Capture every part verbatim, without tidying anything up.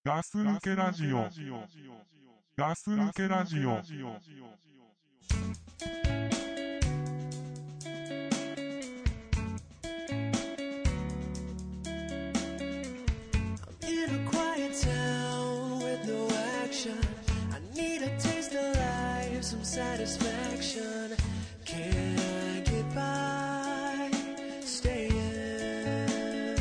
ガス抜けラジオ。ガス抜けラジオ。 Some satisfaction. Can I get by staying?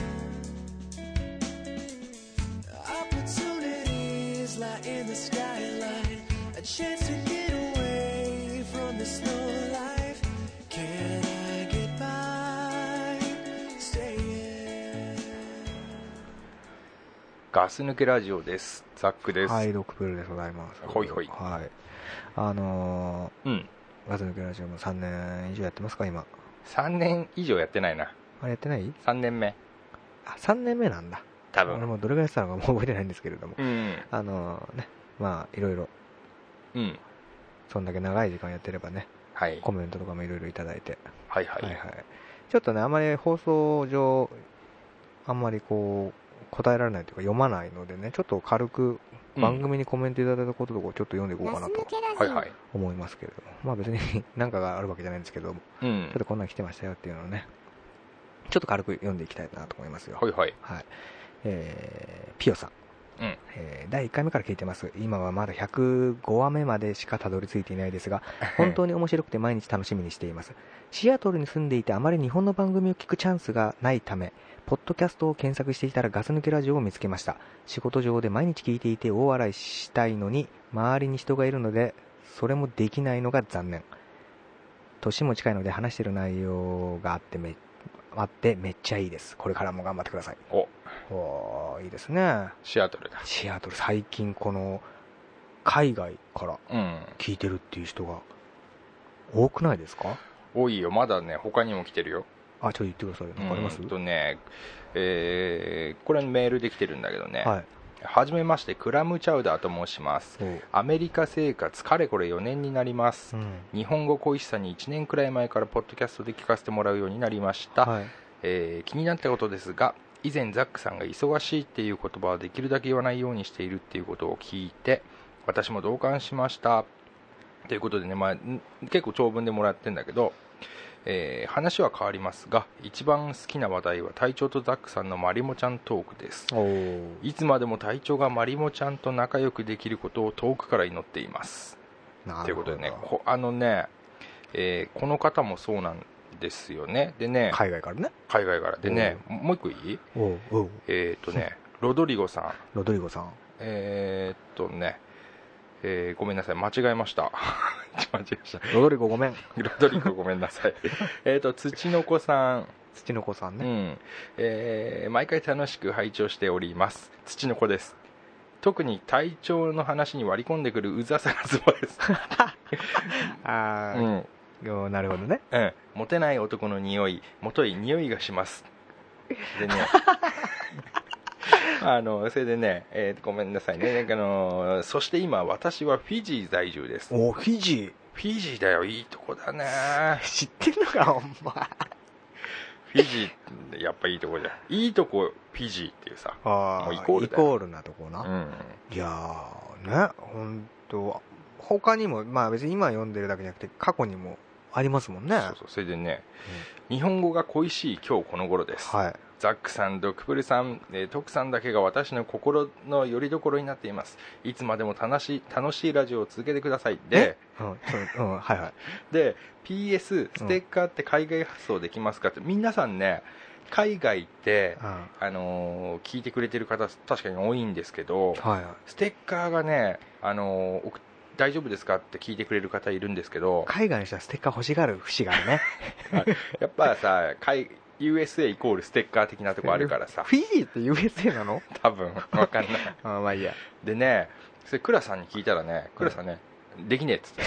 Opportunities lie in the skyline. A chance to get away from this slow life. Can I get by staying? ガス抜けラジオです。ザックです。 はい、ドクプルでございます。 ほいほい。 はい。あのー、 うん。 ガス抜けラジオもさんねん以上やってますか、今。 さんねん以上やってないな。 あれやってない？ さん 年目。 あ、さんねんめなんだ。 多分。 俺もどれぐらいやってたのかもう覚えてないんですけれども。 うん。あのー、ね、まあ、いろいろ。 うん。 そんだけ長い時間やってればね。 はい。 コメントとかもいろいろいただいて。 はいはい。 はいはい。ちょっとね、あまり放送上、あんまりこう、答えられないというか読まないのでね、ちょっと軽く番組にコメントいただいたこととかをちょっと読んでいこうかなと思いますけれども、まあ別に何かがあるわけじゃないんですけども、うん、ちょっとこんなの来てましたよっていうのをね、ちょっと軽く読んでいきたいなと思いますよ。 はいはい。 はい。えー、ピヨさん。うん、えー、だいいっかいめから聞いてます。今はまだひゃくごわめまでしかたどり着いていないですが、本当に面白くて毎日楽しみにしています。シアトルに住んでいてあまり日本の番組を聞くチャンスがないため、ポッドキャストを検索していたらガス抜けラジオを見つけました。仕事上で毎日聞いていて大笑いしたいのに周りに人がいるのでそれもできないのが残念。年も近いので話している内容があってめあってめっちゃいいです。これからも頑張ってください。 おおいいですね。 シアトルだ。 シアトル、最近この海外から聞いてるっていう人が多くないですか？ 多いよ。まだね、他にも来てるよ。 あ、ちょっと言ってくださいよ。何かあります？ うんとね、えー、これメールできてるんだけどね、 はい、 はじめまして、クラムチャウダーと申します。アメリカ生活かれこれよねんになります、うん、日本語恋しさにいちねんくらい前からポッドキャストで聞かせてもらうようになりました、はい、えー、気になったことですが、以前ザックさんが忙しいっていう言葉はできるだけ言わないようにしているっていうことを聞いて私も同感しましたということでね、まあ、結構長文でもらってんだけど、えー、話は変わりますが一番好きな話題は隊長とザックさんのまりもちゃんトークです。いつまでも隊長がまりもちゃんと仲良くできることを遠くから祈っています。ということでね、こあのね、えー、この方もそうなんですよね。でね、 海外からね海外からでね、もう一個いい？ おうおうえっ、ー、とねロドリゴさんロドリゴさんえっ、ー、とねえー、ごめんなさい、間違えました間違えました。 ロドリゴごめんロドリゴごめんなさいえっと土の子さん土の子さんね、 うん、えー、毎回楽しく拝聴しております。土の子です。特に体調の話に割り込んでくるうざさがズボですああ、うん、なるほどね、 うん、モテない男の匂いもとい匂いがしますでねあのそれでね、えー、ごめんなさいね、あのそして今私はフィジー在住です。 おフィジーフィジーだよ、いいとこだね。 知ってんのかお前フィジーってやっぱいいとこじゃん。いいとこフィジーっていうさ、 あもうイコールだよ。イコールなとこな、うん、いやーね、本当他にもまあ別に今読んでるだけじゃなくて過去にもありますもんね。 そうそう、それでね、うん、日本語が恋しい今日この頃です、はい、ザックさん、ドクプルさん、えー、トクさんだけが私の心の拠り所になっています。いつまでも楽しい楽しいラジオを続けてください。で、 うんうん、はいはい。 で ピーエス ステッカーって海外発送できますかって、うん、皆さんね、海外って、うん、あのー、聞いてくれてる方確かに多いんですけど、はいはい、ステッカーがね、あのー、大丈夫ですかって聞いてくれる方いるんですけど、 海外の人はステッカー欲しがる節があるねやっぱさ、海ユーエスエー イコールステッカー的なとこあるからさ。 フィジーって ユーエスエー なの？ 多分分かんないあまあいいや。 でね、それクラさんに聞いたらね、クラさんね、うん、できねえっつって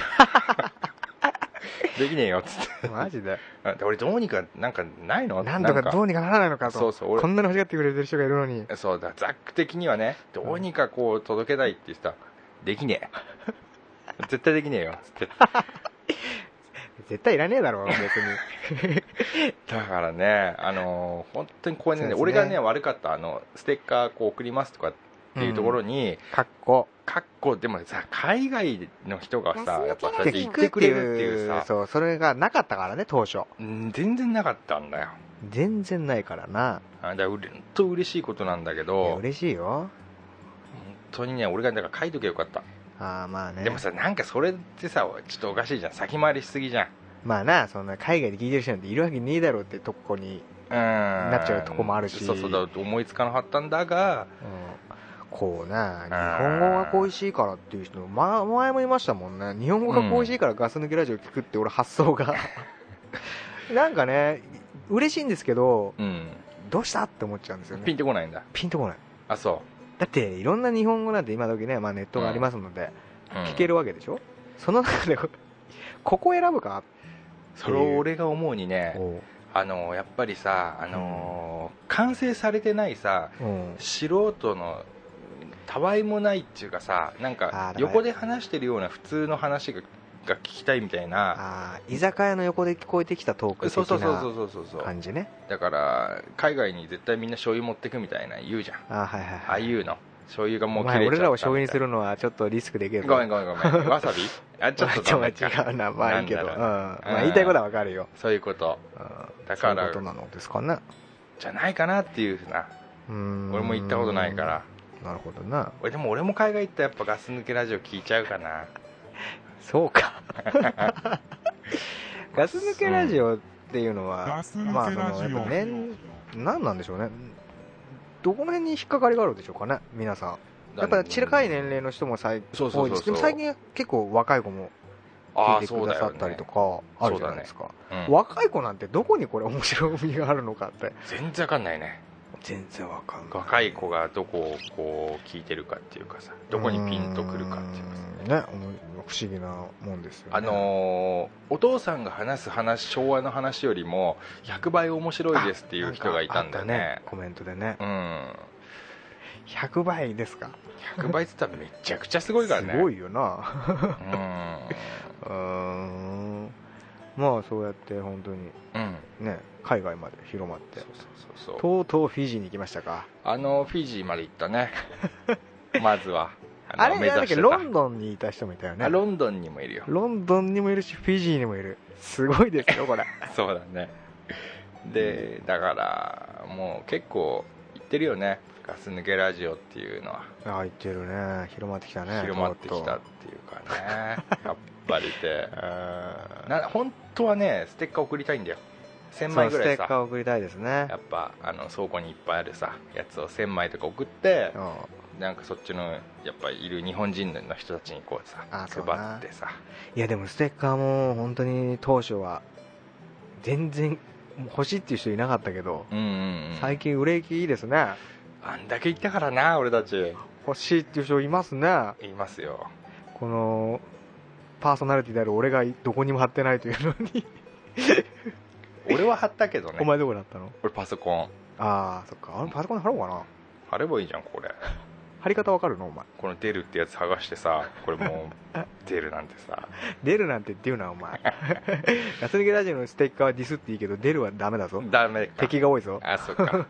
できねえよっつってマジで俺どうにかなんかないの？ なんとかどうにかならないのかと。 そうそう、俺こんなに欲しがってくれてる人がいるのに。 そうだ、ザック的にはね、どうにかこう届けたいって言ってた。できねえ絶対できねえよっつって絶対いらねえだろ別にだからね、あのー、本当にこれね、俺がね悪かった。あのステッカーこう送りますとかっっていうところに、 かっこかっこでもさ、海外の人がさやっぱそうやって言聞ってくれるっていうさ、 そう、それがなかったからね当初。 うん全然なかったんだよ。 全然ないからな。 あだから本当嬉しいことなんだけいやど、 嬉しいよ。 本当にね、俺がだから書いとけばよかった。 ああまあね。 でもさ、なんかそれってさちょっとおかしいじゃん、先回りしすぎじゃん。 まあな、そんな海外で聞いてる人なんているわけねえだろうってとこにうんなっちゃうとこもあるし、 そうそうだ、思いつかなかったんだが、 うん、こうね、日本語が恋しいからっていう人、ま、前も言いましたもんね。日本語が恋しいからガス抜けラジオ聞くって俺発想がなんかね嬉しいんですけど、うん、どうしたって思っちゃうんですよね。 ピンとこないんだ。 ピンとこない。 あ、そうだっていろんな日本語なんて今時ね、まあ、ネットがありますので、うん、聞けるわけでしょ。その中でここ選ぶか。 それを俺が思うにね、あのやっぱりさ、あのー、完成されてないさ、うん、素人のたわいもないっていうかさ、なんか横で話してるような普通の話がが聞きたいみたいな、 あ居酒屋の横で聞こえてきたトーク的な感じね。 だから海外に絶対みんな醤油持ってくみたいな言うじゃん。 あ、はいはいはい、 ああいうの醤油がもう切れちゃった。 俺らを醤油にするのはちょっとリスクできる。 ごめんごめんごめん。わさびあちょっとダメか。 違うな、まあいいけど、うん、まあ言いたいことはわかるよ。 そういうこと、 うん、だからそういうことなのですかね。 じゃないかなっていうふうな。うん、俺も行ったことないから。 なるほどな。 俺でも俺も海外行ったらやっぱガス抜けラジオ聞いちゃうかな。 そうかガス抜けラジオっていうのは、 うん、まあそのやっぱ年何なんでしょうね。どこの辺に引っかかりがあるんでしょうかね、皆さん。やっぱり近い年齢の人も最多いですけど、最近結構若い子も聞いてくださったりとかあるじゃないですか、ねうん、若い子なんてどこにこれ面白みがあるのかって全然わかんないね。 全然わかんない。 若い子がどこをこう聞いてるかっていうかさ、どこにピンとくるかっていうかね、不思議なもんですよね。 あのー、お父さんが話す話、昭和の話よりもひゃくばい面白いですっていう人がいたんだよ ね, ねコメントでね、 うん、 ひゃくばいですか。 ひゃくばいって言ったらめちゃくちゃすごいからね。 すごいよなうん、うんまあそうやって本当に、うん、ね、海外まで広まって、そうそうそうそう、とうとうフィジーに行きましたか。 あのフィジーまで行ったねまずはあ, あれなんだっけ、ロンドンにいた人もいたよね。 あロンドンにもいるよ。 ロンドンにもいるしフィジーにもいる。すごいですよこれそうだね。でだからもう結構行ってるよね、ガス抜けラジオっていうのは。 ああ、行ってるね。広まってきたね。 広まってきたっていうかねやっぱりでな本当はねステッカー送りたいんだよ。せんまいぐらいさ、 ステッカー送りたいですね。 やっぱあの倉庫にいっぱいあるさやつをせんまいとか送って、なんかそっちのやっぱいる日本人の人たちにこうさ配ってさ。 いやでもステッカーも本当に当初は全然欲しいっていう人いなかったけど、うんうんうん、最近売れ行きいいですね。 あんだけ言ったからな、俺たち欲しいっていう人いますね。 いますよ。このパーソナリティである俺がどこにも貼ってないというのに俺は貼ったけどね。 お前どこだったの？ 俺パソコン。 ああそっか、あれパソコンに貼ろうかな。 貼ればいいじゃんこれ貼り方わかるのお前。 このデルってやつ剥がしてさ、これもうデルなんてさデルなんてって言うなお前ガス抜けラジオのステッカーはディスっていいけどデルはダメだぞ。 ダメか。 敵が多いぞ。 あ、そっかうん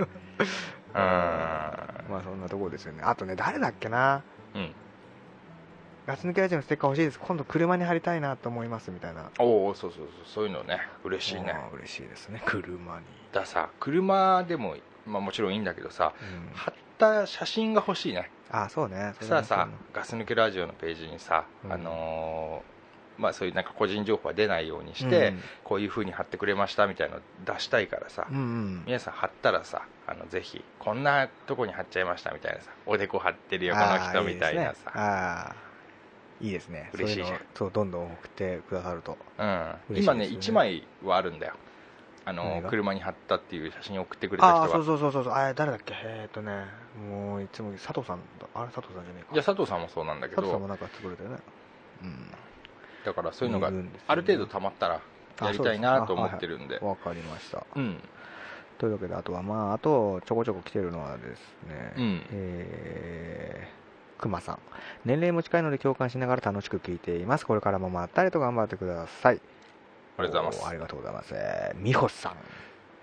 まあそんなところですよね。あとね、誰だっけな、うん、ガス抜けラジオのステッカー欲しいです、今度車に貼りたいなと思いますみたいな。 おお、そうそうそう、そういうのね、嬉しいね。 嬉しいですね、車に。 ださ、車でも、まあ、もちろんいいんだけどさ、うん、貼った写真が欲しいね。 ああ、そうね。 さあさ、ガス抜けラジオのページにさ、うん、あのー、まあ、そういうなんか個人情報は出ないようにして、うん、こういう風に貼ってくれましたみたいなの出したいからさ、うんうん、皆さん貼ったらさ、あのぜひこんなとこに貼っちゃいましたみたいなさ、おでこ貼ってるよこの人みたいなさ、 あいいですね。 嬉しいじゃん。 そうどんどん送ってくださると、 うん、今ねいちまいはあるんだよ。あの車に貼ったっていう写真を送ってくれた人は。 ああ、そうそうそうそう、あれ誰だっけ、えっとね、もういつも佐藤さんだ、あれ佐藤さんじゃねえか。 いや佐藤さんもそうなんだけど、 佐藤さんもなんか作れてね、うん、 だからそういうのがある程度たまったらやりたいなと思ってるんで。 わ、はい、かりました、 うん、 というわけで、あとはまああとちょこちょこ来てるのはですね、うん、えー、くまさん、年齢も近いので共感しながら楽しく聞いています。これからもまったりと頑張ってください。 ありがとうございます。 ありがとうございます。みほさん、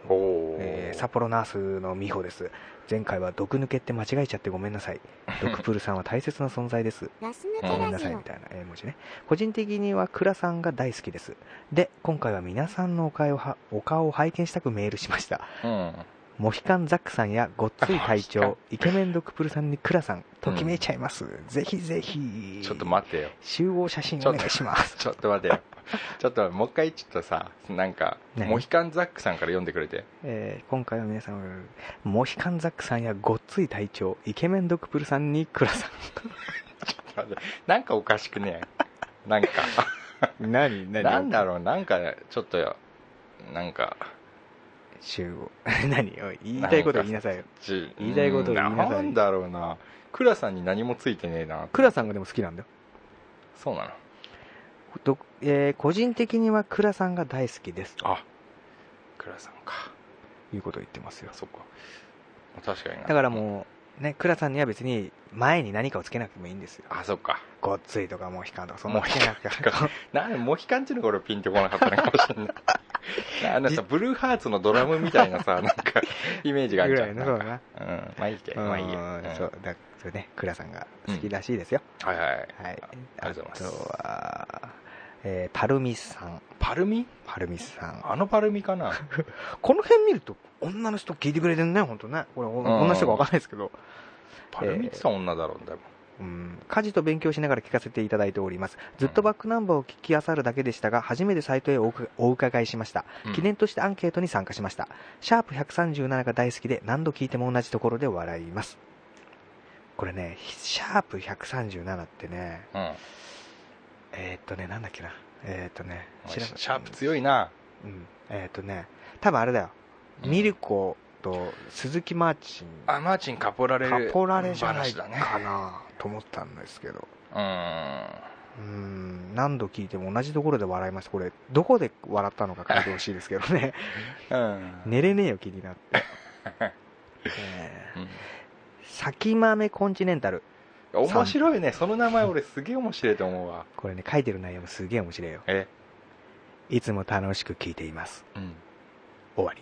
えー、札幌ナースの美穂です。前回は毒抜けって間違えちゃってごめんなさい。ドクプルさんは大切な存在です。ごめんなさいみたいな絵文字ね。個人的には倉さんが大好きです。で、今回は皆さんのお顔をはお顔を拝見したくメールしました。うん、モヒカンザックさんやごっつい隊長イケメンドクプルさんに倉さんときめいちゃいます、うん、ぜひぜひ。 ちょっと待ってよ、 集合写真お願いします。 ちょっと待ってよちょっともう一回ちょっとさ、なんかモヒカンザックさんから読んでくれて、 えー、今回は皆さんモヒカンザックさんやごっつい隊長イケメンドクプルさんに倉さんちょっと待って、なんかおかしくねえなんか何何なんだろう、なんかちょっとよ、なんか集合何おい言いたいこと言いなさいよ。言いたいこと言いなさい。 なんだろうな、倉さんに何もついてねえな。 倉さんがでも好きなんだよ。 そうなの。 ど、えー、個人的には倉さんが大好きです。 あ、倉さんか、 いうことを言ってますよ。 そっか、確かにな。 だからもうね、倉さんには別に前に何かをつけなくてもいいんですよ。 あ、そっか。 ごっついとかモヒカンとかそんなのつけなくてなんでモヒカンっていうのが俺ピンとこなかったのかもしれないあのさ、ブルーハーツのドラムみたいなさ、なんかイメージがあるじゃん。 ぐらいのそうだな。 うん、まあいいけど、まあいいよ。うん、 そうだ、それね、倉さんが好きらしいですよ。 うん、はいはいはい。 ありがとうございます。 あとは、えー、パルミスさん。 パルミ？ パルミスさん。 あのパルミかなこの辺見ると女の人聞いてくれてるね、本当ね。これ女の人か分かんないですけど。 パルミってさ、女だろう、でも。 うん、家事と勉強しながら聞かせていただいております。ずっとバックナンバーを聞き漁るだけでしたが、初めてサイトへ お, お伺いしました、うん、記念としてアンケートに参加しました。シャープひゃくさんじゅうななが大好きで何度聞いても同じところで笑います。これね、シャープひゃくさんじゅうななってね、うん、えー、っとねなんだっけなえー、っとねシャープ強いな。 うん、えー、っとね多分あれだよ、うん、ミルコと鈴木マーチン。 あ、マーチンカポラレカポラレじゃないかなと思ったんですけど、 うーん、 うーん、何度聞いても同じところで笑いました。これどこで笑ったのか書いてほしいですけどね、うん、寝れねえよ気になって、えーうん、先豆コンチネンタル。 面白いね、その名前俺すげえ面白いと思うわ。 これね、書いてる内容もすげえ面白いよ。 えいつも楽しく聞いています、うん、終わり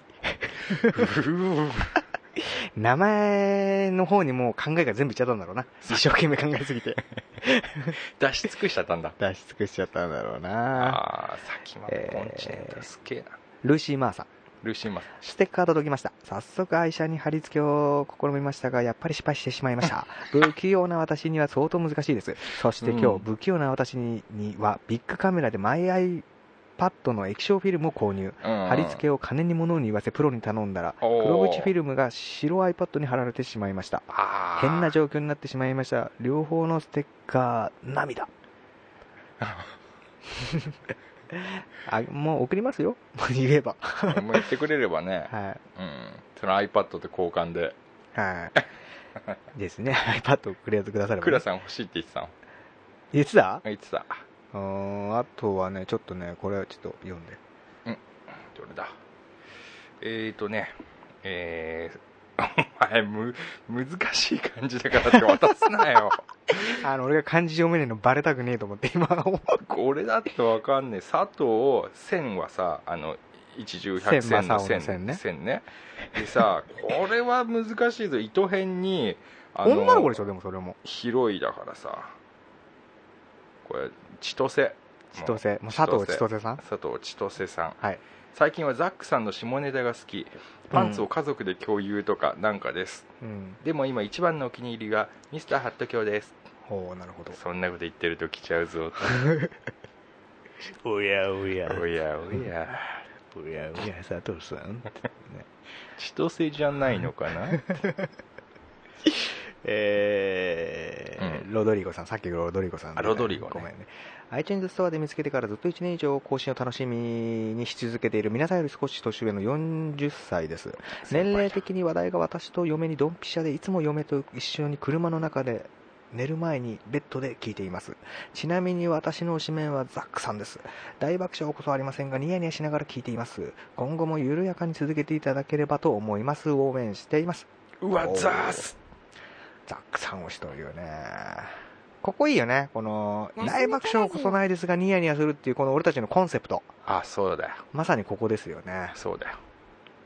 名前の方にもう考えが全部いっちゃったんだろうな、一生懸命考えすぎて出し尽くしちゃったんだ。 出し尽くしちゃったんだろうな。 ああ、先までコンチネンタルすげえな。 ルーシー・マーさん。 ルーシー・マーさん、 ステッカー届きました。早速愛車に貼り付けを試みましたが、やっぱり失敗してしまいました不器用な私には相当難しいです。そして今日、うん、不器用な私にはビッグカメラでマイアイパッドの液晶フィルムを購入、うん、貼り付けを金に物に言わせプロに頼んだら黒縁フィルムが白 iPad に貼られてしまいました。変な状況になってしまいました。両方のステッカー涙あ、もう送りますよ言えばもう言ってくれればね、はい、うん、その iPad と交換で、 はいですねiPad をくれてくだされば、ね、 クラさん欲しいって言ってたの。 言ってた言ってた。 あとはね、ちょっとね、これはちょっと読んで。 うん。どれだ。えーとね、えー、お前、む、難しい漢字だからって渡すなよ。 あの、俺が漢字読めねえのバレたくねえと思って、今。 俺だってわかんねえ。佐藤千はさ、あの、一十百千の千、千ね。千ね。でさ、これは難しいぞ。糸辺に、 あの、女の子でしょ、でもそれも。 広いだからさ。これ、千歳。 千歳。もう佐藤千歳さん佐藤千歳さん。 はい。 最近はザックさんの下ネタが好き。パンツを家族で共有とかなんかです。うん、でも今一番のお気に入りがミスターハット卿です。 ほう、なるほど。 そんなこと言ってると来ちゃうぞ。 おやおや。 おやおや。 おやおや、佐藤さん。 千歳じゃないのかなえーうん、ロドリゴさん、さっきのロドリゴさん、ね、 あロドリゴ、ね、 ごめんね。iTunes ストアで見つけてからずっといちねん以上更新を楽しみにし続けている皆さんより少し年上のよんじゅっさいです。年齢的に話題が私と嫁にドンピシャで、いつも嫁と一緒に車の中で寝る前にベッドで聞いています。ちなみに私の推しメンはザックさんです。大爆笑こそありませんがニヤニヤしながら聞いています。今後も緩やかに続けていただければと思います。応援しています。 うわザースザックさん推しというね。ここいいよね。この大爆笑こそないですがニヤニヤするっていうこの俺たちのコンセプト。 あ、そうだよ。 まさにここですよね。 そうだよ。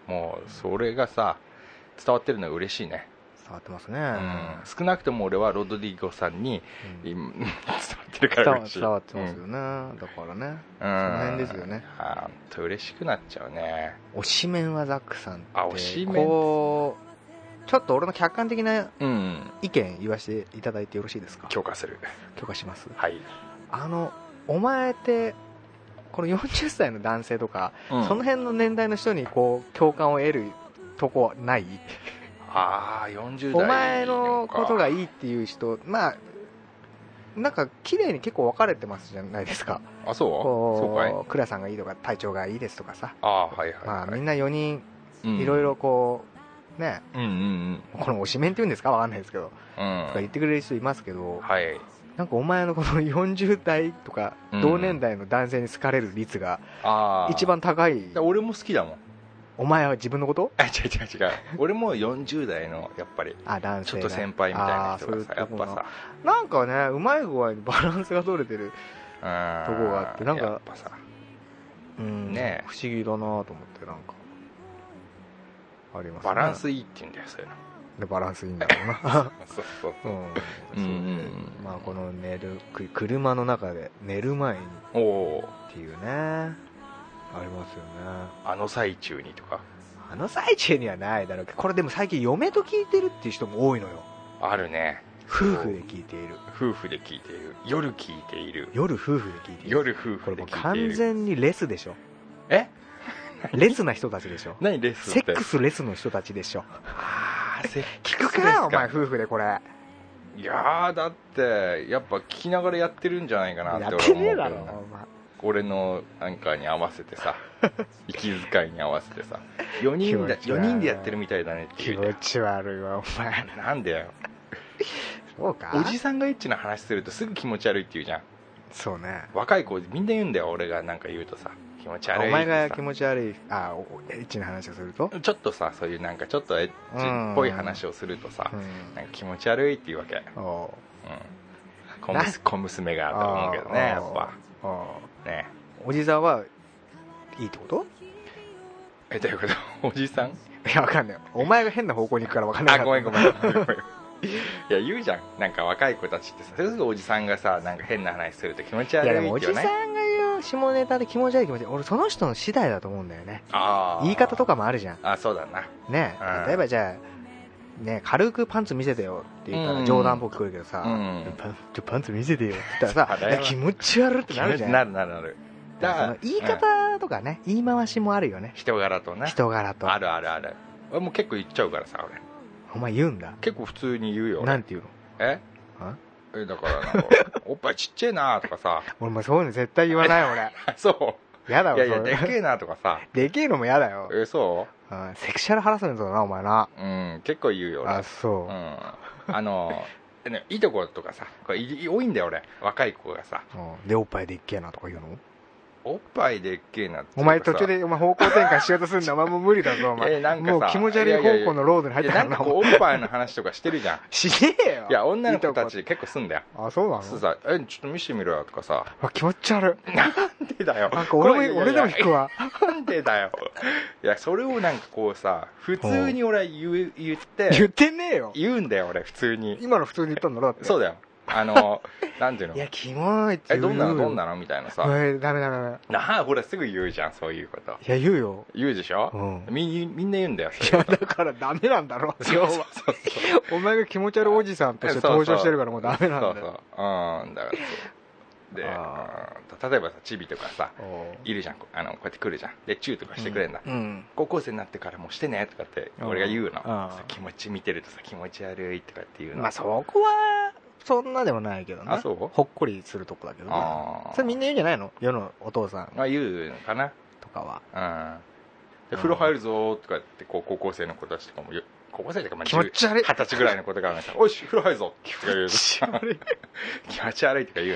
もうそれがさ伝わってるのが嬉しいね。 伝わってますね、 うん、少なくとも俺はロドリゴさんに、うん、伝わってるから嬉しい。 伝わってますよね、うん、だからね、うん、その辺ですよね。 ほんと嬉しくなっちゃうね。 推しメンはザックさんってあ推しメンこうちょっと俺の客観的な意見言わせていただいてよろしいですか。 許可する。 許可します。 はい。 あのお前ってこのよんじゅっさいの男性とか、うん、その辺の年代の人にこう共感を得るとこない？ ああよんじゅう代お前のことがいいっていう人、まあなんか綺麗に結構分かれてますじゃないですか。 あそうそうかい。 倉さんがいいとか隊長がいいですとかさ、 あ、はいはいはい、 まあ、みんなよにんいろいろこうね、 うんうんうん、 この推しメンっていうんですか分かんないですけど、 うん、 とか言ってくれる人いますけど、 はい、 なんかお前のこのよんじゅう代とか同年代の男性に好かれる率が一番高い、 うん、俺も好きだもん。 お前は自分のこと？ あ、違う違う違う俺もよんじゅう代のやっぱりあ男性、ね、 ちょっと先輩みたいな人がさ、やっぱさなんかねうまい具合にバランスが取れてるとこがあって、なんかやっぱさ、うん、ね、不思議だなと思ってなんかありますね。 バランスいいって言うんだよそういうのでバランスいいんだろうなそうそうそう、うんそう、うん、まあこの寝る車の中で寝る前にっていうねありますよね。 あの最中にとか。 あの最中にはないだろうけど、これでも最近嫁と聞いてるっていう人も多いのよ。 あるね。 夫婦で聞いている。 夫婦で聞いている。夜聞いている。 夜夫婦で聞いている。 夜夫婦で聞いている。 これも完全にレスでしょ。 えレスな人たちでしょ。 何レスって。 セックスレスの人たちでしょ。 ああ、セックス聞くかお前夫婦でこれ。 いやーだってやっぱ聞きながらやってるんじゃないかなって俺思うけど。やってねえだろお前。 俺のなんかに合わせてさ息遣いに合わせてさよにんでよにんでやってるみたいだねって気持ち悪いわお前。 なんでよ。 そうか。 おじさんがエッチな話するとすぐ気持ち悪いって言うじゃん。 そうね。 若い子みんな言うんだよ。俺がなんか言うとさ気持ち悪いってさ。 お前が気持ち悪いあエッチな話をするとちょっとさそういうなんかちょっとエッチっぽい話をするとさ、うん、なんか気持ち悪いって言うわけ。お、うん、小, 小娘がと思うけどねやっぱね。 おじさんはいいってこと？ えどういうこと？おじさん？いやわかんない。お前が変な方向に行くからわかんない。 あごめんごめんごめんごめんいや言うじゃんなんか若い子たちってさすぐおじさんがさなんか変な話すると気持ち悪いって言わない？いやでもおじさんが言う下ネタで気持ち悪い気持ち悪い俺その人の次第だと思うんだよね。 あ言い方とかもあるじゃん。 あそうだなね、うん、例えばじゃあね、軽くパンツ見せてよって言ったら冗談っぽく聞こえるけどさ、うん、パ, ンちょパンツ見せてよって言ったらさ気持ち悪ってなるじゃん。 なるなるなる。 だから言い方とかね、うん、言い回しもあるよね。 人柄とね。 人柄とあるあるある。俺も結構言っちゃうからさ俺。 お前言うんだ。 結構普通に言うよ。 なんて言うの？ え？えだからなんかおっぱいちっちゃいなとかさ。 俺もそういうの絶対言わない俺。 そう。 やだわ。 いやいやでけえなとかさ。 でけえのもやだよ。 えそう？ うん、セクシャルハラスメントだなお前な。 うん結構言うよ俺。 あそう。 うんあのねいとことかさこれ多いんだよ俺若い子がさ。 うん、でおっぱいでっけえなとか言うの？ おっぱいでっけえなってお前途中でお前方向転換しようとするんだお前もう無理だぞお前、 えー、なんかさもう気持ち悪い方向のロードに入ってるなんかこうおっぱいの話とかしてるじゃんしねえよ。 いや女の子たち結構すんだよ。 あそうなの？ そうさえちょっと見せてみろよとかさあ気持ち悪いなんでだよ。 なんか俺も俺でも引くわなんでだよ。いやそれをなんかこうさ普通に俺は言う言って言ってねえよ。 言うんだよ俺普通に。 今の普通に言ったんだろだって。 そうだよあのなんていうのいやキモいって言う。 えどんなのどんなのみたいなさ。 えダメダメダメ。 なあほらすぐ言うじゃんそういうこと。 いや言うよ。 言うでしょ、うん、み, みんな言うんだよ。 いやだからダメなんだろ今日は。お前が気持ち悪いおじさんとして登場してるからもうダメなんだよ。そうそううんだからそうで例えばさチビとかさいるじゃんあのこうやって来るじゃんでチューとかしてくれるんだ、うんうん、高校生になってからもうしてねとかって俺が言うの。気持ち見てるとさ気持ち悪いとかっていうの。 まあそこはそんなでもないけどね。 あそうほっこりするとこだけどね。それみんな言うんじゃないの世のお父さんあ言うのかなとかは。 うんで風呂入るぞとかってこう高校生の子たちとかも高校生とかまあ気持ち悪いはたちぐらいの子とかがさおいし風呂入るぞとか言う気持ち悪い気持ち悪いとか言うの。い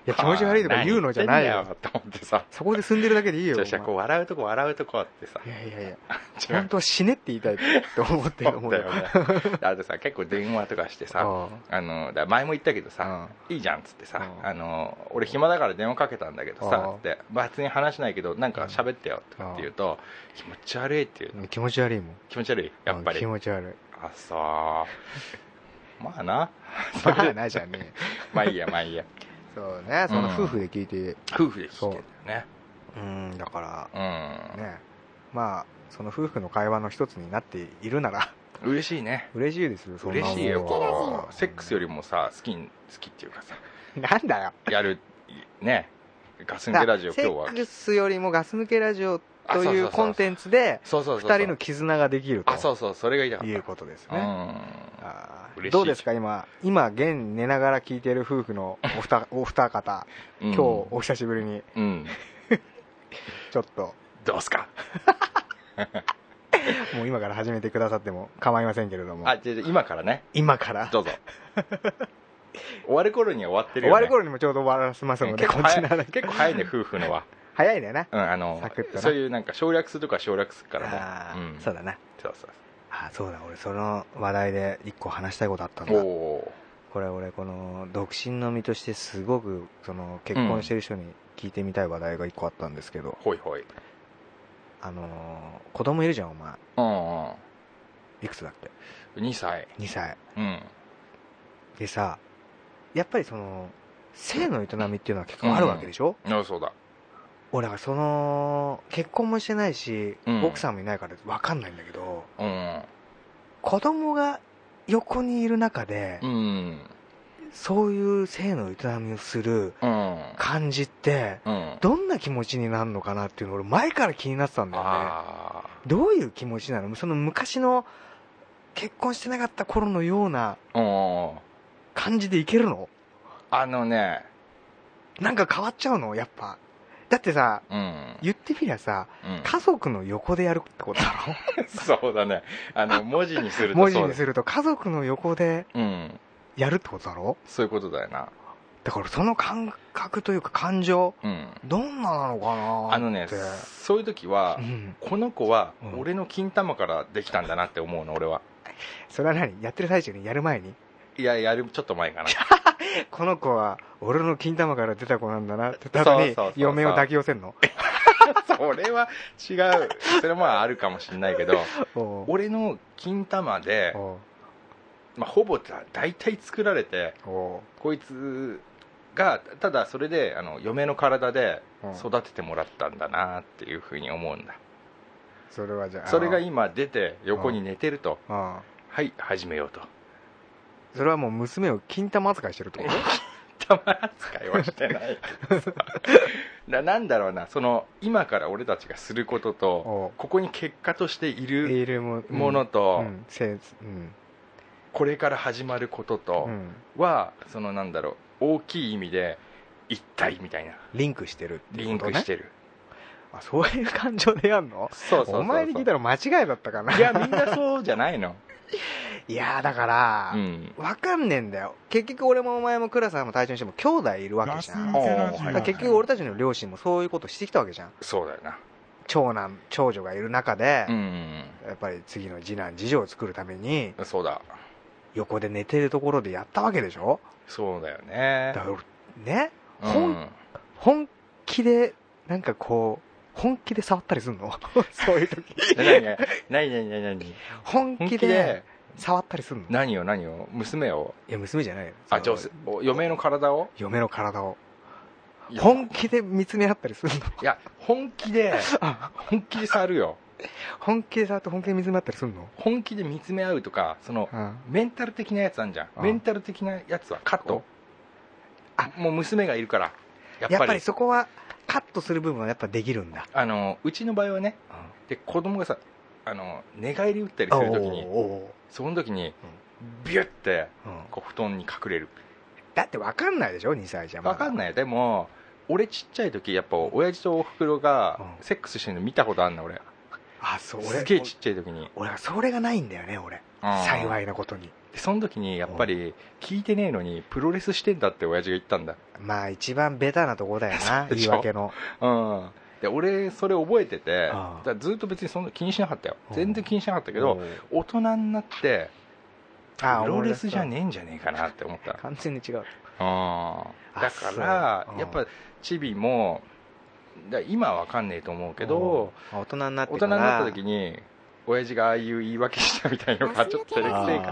や気持ち悪いとか言うのじゃないよと思ってさ、 そこで住んでるだけでいいよ。 じゃあじゃあこう笑うとこ笑うとこってさ、 いやいやいや本当は死ねって言いたいって思ってるもんだよね。あとさ結構電話とかしてさ、あのだから前も言ったけどさ、いいじゃんっつってさ、あの俺暇だから電話かけたんだけどさって別に話しないけどなんか喋ってよとかって言うと気持ち悪いっていう。 気持ち悪いもん。 気持ち悪いやっぱり。 気持ち悪い。 あそうまあなまあないじゃんね。 まあいいやまあいいや。 そうね、その夫婦で聞いて、うん、 夫婦で聞いてるね。 うんだから、 うんね、まあその夫婦の会話の一つになっているなら嬉しいね。 嬉しいですよ。 嬉しいよ。セックスよりもさ好き好きっていうかさ、 なんだよやるね。ガス抜けラジオ今日はセックスよりもガス抜けラジオというコンテンツでふたりの絆ができると、 あそうそうそれが言いたかったいうことですね。 あどうですか今今現寝ながら聞いている夫婦のお二お二方、今日お久しぶりに、うん、ちょっとどうすかもう今から始めてくださっても構いませんけれども。 あじゃあ今からね。 今からどうぞ終わる頃には終わってるよね。 終わる頃にもちょうど終わらせますので、 結構早い結構早いね夫婦のは。 早いねな、 うん、あのそういうなんか省略するとか省略するからね。 あ、うん、そうだな。 そうそうあそうだ俺その話題で一個話したいことあったんだ。おこれ俺この独身の身としてすごくその結婚してる人に聞いてみたい話題が一個あったんですけど、うん、 ほいほいあのー、子供いるじゃんお前。うんうん。いくつだっけ。 にさい。 にさい。 うん。 でさやっぱりその性の営みっていうのは結構あるわけでしょ。 うん、あそうだ。 俺はその結婚もしてないし、うん、奥さんもいないから分かんないんだけど、うん、子供が横にいる中で、うん、そういう性の営みをする感じって、うん、どんな気持ちになるのかなっていうの俺前から気になってたんだよね。どういう気持ちなの。その昔の結婚してなかった頃のような感じでいけるの。 あのねなんか変わっちゃうのやっぱ。だってさ、うん、言ってみりゃさ、うん、家族の横でやるってことだろそうだね。あの文字にすると文字にすると家族の横でやるってことだろ、 うん、そういうことだよな。 だからその感覚というか感情、うん、どんななのかなって。 あのねそういう時は、うん、この子は俺の金玉からできたんだなって思うの俺は。 それは何やってる最中にやる前に。 いややるちょっと前かなこの子は俺の金玉から出た子なんだなってただに嫁を抱き寄せんのそれは違う。それはまああるかもしれないけど俺の金玉で、まあ、ほぼ大体作られてこいつがただそれであの嫁の体で育ててもらったんだなっていうふうに思うんだ。 それはじゃあそれが今出て横に寝てるとはい始めようと。 それはもう娘を金玉扱いしてるってこと金玉扱いはしてないな。なんだろうなその今から俺たちがすることとここに結果としているものと、うんうんうん、これから始まることとは、うん、そのなんだろう大きい意味で一体みたいなリンクしてるっていうことね。 リンクしてる。 あそういう感情でやんの。 そうそうそうそう。 お前に聞いたら間違いだったかな。 いやみんなそうじゃないのいやだから、うん、分かんねえんだよ結局。俺もお前も倉さんも隊長にしても兄弟いるわけじゃん。結局俺たちの両親もそういうことしてきたわけじゃん。 そうだよな。 長男長女がいる中で、うんうん、やっぱり次の次男次女を作るためにそうだ横で寝てるところでやったわけでしょ。 そうだよね。 だからね、うん、本, 本気でなんかこう本気で触ったりするのそういう時何何何何何本気で触ったりするの。 何よ何よ娘を。 いや娘じゃないよ。 あ女性嫁の体を嫁の体を本気で見つめ合ったりするの。いや本気で本気で触るよ。 本気で触って本気で見つめ合ったりするの。 本気で見つめ合うとかその、うん、メンタル的なやつあんじゃん。メンタル的なやつはカット。あもう娘がいるからやっぱりやっぱりそこはカットする部分はやっぱできるんだ。あのうちの場合はね、うん、で子供がさあの寝返り打ったりするときにその時にビュッてこう布団に隠れる。 だって分かんないでしょにさいじゃ。 分かんない。でも俺ちっちゃい時やっぱ親父とおふくろがセックスしてるの見たことあるんだ俺。 あそう。 すげえちっちゃい時に。 俺はそれがないんだよね俺、うん、幸いなことに。 その時にやっぱり聞いてねえのにプロレスしてんだって親父が言ったんだ。 まあ一番ベタなとこだよな言い訳の。 うんで俺それ覚えてて、だからずっと別にそんな気にしなかったよ、全然気にしなかったけど、大人になってプロレスじゃねえんじゃねえかなって思った。 完全に違う。 あだからやっぱチビもだ今は分かんねえと思うけど、 大人になって大人になった時に親父がああいう言い訳したみたいなのがちょっと照れくせえから、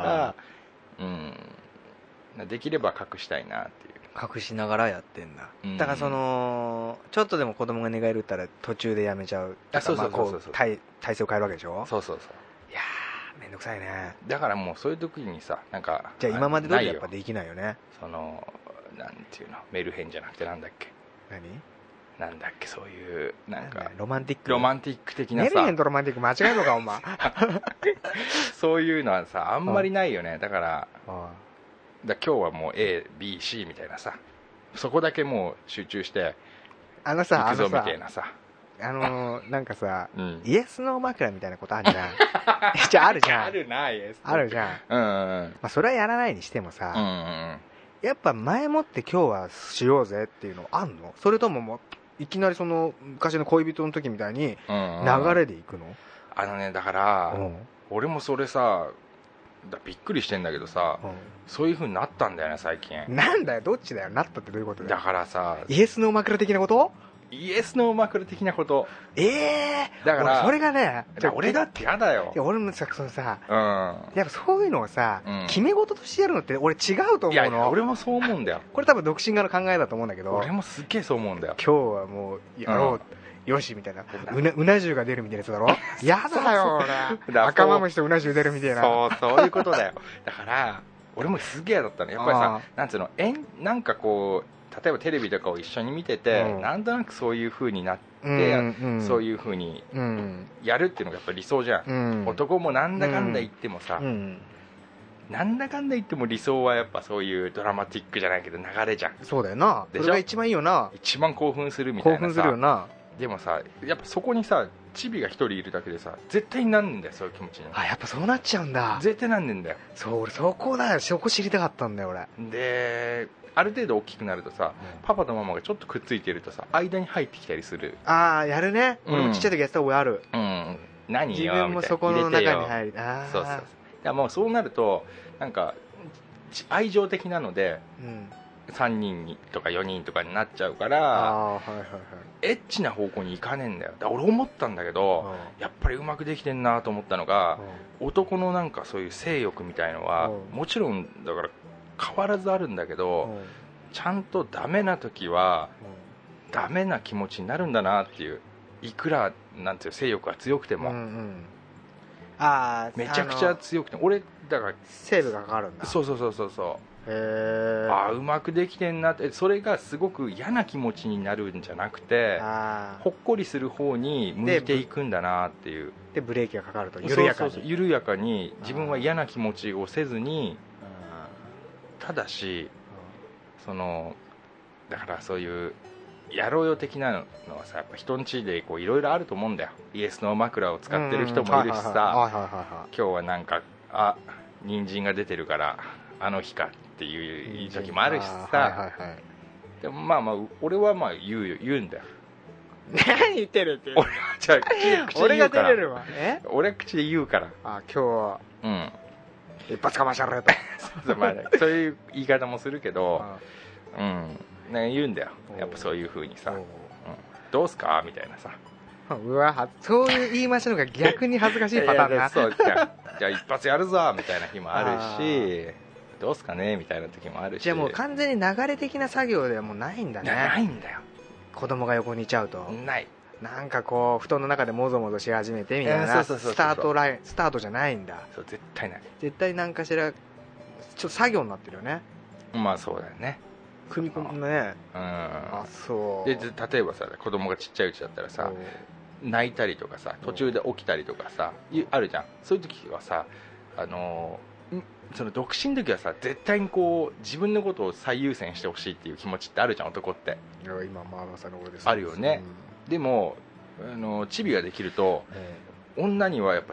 うん、できれば隠したいなっていう。 隠しながらやってんだ、うん、だからそのちょっとでも子供が寝返るったら途中でやめちゃうとか体勢を変えるわけでしょ。 そうそうそう。 いやーめんどくさいね。 だからもうそういう時にさなんかじゃあ今まで通りやっぱできないよね。 そのなんていうのメルヘンじゃなくてなんだっけ何なんだっけそういうなんかロマンティックロマンティック的なさメルヘンとロマンティック間違えるのかお前そういうのはさあんまりないよね。だからだ今日はもう エービーシー みたいなさそこだけもう集中してあのさ行くぞみたいなさあのー、なんかさ、うん、イエスノー枕みたいなことあるじゃんじゃああるじゃんあるなイエスあるじゃん、うんうんうんまあ、それはやらないにしてもさ、うんうん、やっぱ前もって今日はしようぜっていうのあんの？それとももういきなりその昔の恋人の時みたいに流れでいくの？うんうん、 あのねだから、うん、俺もそれさだびっくりしてんだけどさ、うん、そういう風になったんだよね最近。 なんだよどっちだよなったってどういうことだよ。 だからさイエスノー枕的なこと？ イエスノー枕的なこと。 ええー、 だからそれがね俺だってやだよ。 いや俺もさそのさ、うん、やっぱそういうのをさ、うん、決め事としてやるのって俺違うと思うの。いやいや俺もそう思うんだよこれ多分独身側の考えだと思うんだけど俺もすっげえそう思うんだよ。 今日はもうやろう、うんよしみたいなうな、うな重が出るみたいなやつだろやだよ俺赤マムシとうな重出るみたいなそうそういうことだよだから俺もすげえだったのやっぱりさなんつうのえんなんかこう例えばテレビとかを一緒に見てて、うん、なんとなくそういう風になって、うんうん、そういう風にやるっていうのがやっぱり理想じゃん、うん、男もなんだかんだ言ってもさ、うん、なんだかんだ言っても理想はやっぱそういうドラマティックじゃないけど流れじゃん。 そうだよなそれが一番いいよな。 一番興奮するみたいなさ興奮するよな。 でもさやっぱそこにさチビが一人いるだけでさ絶対になんねんだよそういう気持ちに。 あやっぱそうなっちゃうんだ。 絶対なんねんだよ。 そう俺そこだよそこ知りたかったんだよ俺である程度大きくなるとさ、うん、パパとママがちょっとくっついているとさ間に入ってきたりする。 ああやるね、うん、俺もちっちゃい時やってた覚えある。 うん何よ自分もそこの中に入る。あそうそうそう。いやもうそうなるとなんか愛情的なので、うんさんにんとかよにんとかになっちゃうから、あ、はいはいはい、エッチな方向に行かねえんだよ。だから俺思ったんだけど、うん、やっぱりうまくできてんなと思ったのが、うん、男のなんかそういう性欲みたいのは、うん、もちろんだから変わらずあるんだけど、うん、ちゃんとダメな時は、うん、ダメな気持ちになるんだなっていう。いくらなんていう性欲が強くても、うんうん、あめちゃくちゃ強くて俺だからセーブがかかるんだ。 そうそうそうそうそうへあうまくできてんなって。それがすごく嫌な気持ちになるんじゃなくてほっこりする方に向いていくんだなっていう。 でブレーキがかかると緩やかに。 そうそうそう緩やかに自分は嫌な気持ちをせずにただしそのだからそういうやろうよ的なのはさやっぱ人ん家でいろいろあると思うんだよ。イエスの枕を使ってる人もいるしさ今日はなんかあ人参が出てるからあの日かっていう時もあるしさ、はいはいはい、でもまあまあ俺はまあ言うよ言うんだよ。 何言ってるって俺はじゃあ口で言うから。俺が照れるわ。え俺は口で言うから。 あ今日はうん一発かましゃれとそう、まあね、そういう言い方もするけどうんね言うんだよやっぱそういう風にさ、うん、どうすかみたいなさ。 うわそういう言い回しのが逆に恥ずかしいパターンなそうじゃあじゃあ一発やるぞみたいな日もあるしどうすかねみたいな時もあるし。 じゃあもう完全に流れ的な作業ではもうないんだね。 ないんだよ子供が横にいちゃうと。 ないなんかこう布団の中でもぞもぞし始めてみたいなスタートラインスタートじゃないんだ。 そう絶対ない。 絶対何かしらちょっと作業になってるよね。 まあそうだよね組み込むね。うんあそうで例えばさ子供がちっちゃいうちだったらさ泣いたりとかさ途中で起きたりとかさあるじゃん。そういう時はさあのその独身の時はさ絶対にこう自分のことを最優先してほしいっていう気持ちってあるじゃん男って。 いや今まあまさに俺です。 あるよね、うん、でもあのチビができると、えー、女にはやっぱ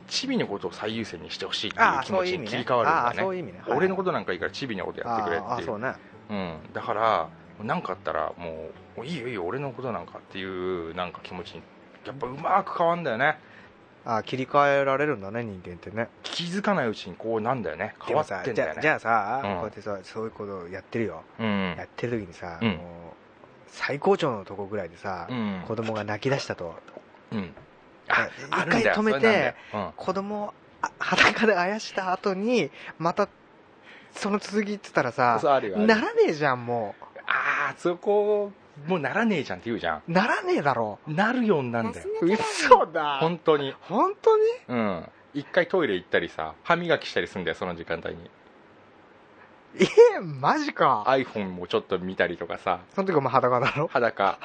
チビのことを最優先にしてほしいっていう気持ちに切り替わるんだね。 あそういう意味ね。 俺のことなんかいいからチビのことやってくれっていう。 あそうね。 うん、だから何かあったらもういいよいいよ俺のことなんかっていうなんか気持ちにやっぱうまく変わるんだよね。 あ切り替えられるんだね人間ってね。 気づかないうちにこうなんだよね。変わってんだよね。 じゃあさ、 うん、 こうやってさそういうことをやってるよ、 うん、 やってる時にさ、 うん、 もう最高潮のとこぐらいでさ、うん、子供が泣き出したと、 うん、 あ一回止めて、うん、子供を裸であやした後にまたその続きって言ったらさならねえじゃんもう。 ああそこもうならねえじゃんって言うじゃん。 ならねえだろ。 なるようになんだよ。 嘘だ。 本当に本当に。 うん一回トイレ行ったりさ歯磨きしたりするんだよその時間帯に。 えー、マジか。 iPhone もちょっと見たりとかさ。 その時お前裸だろ。 裸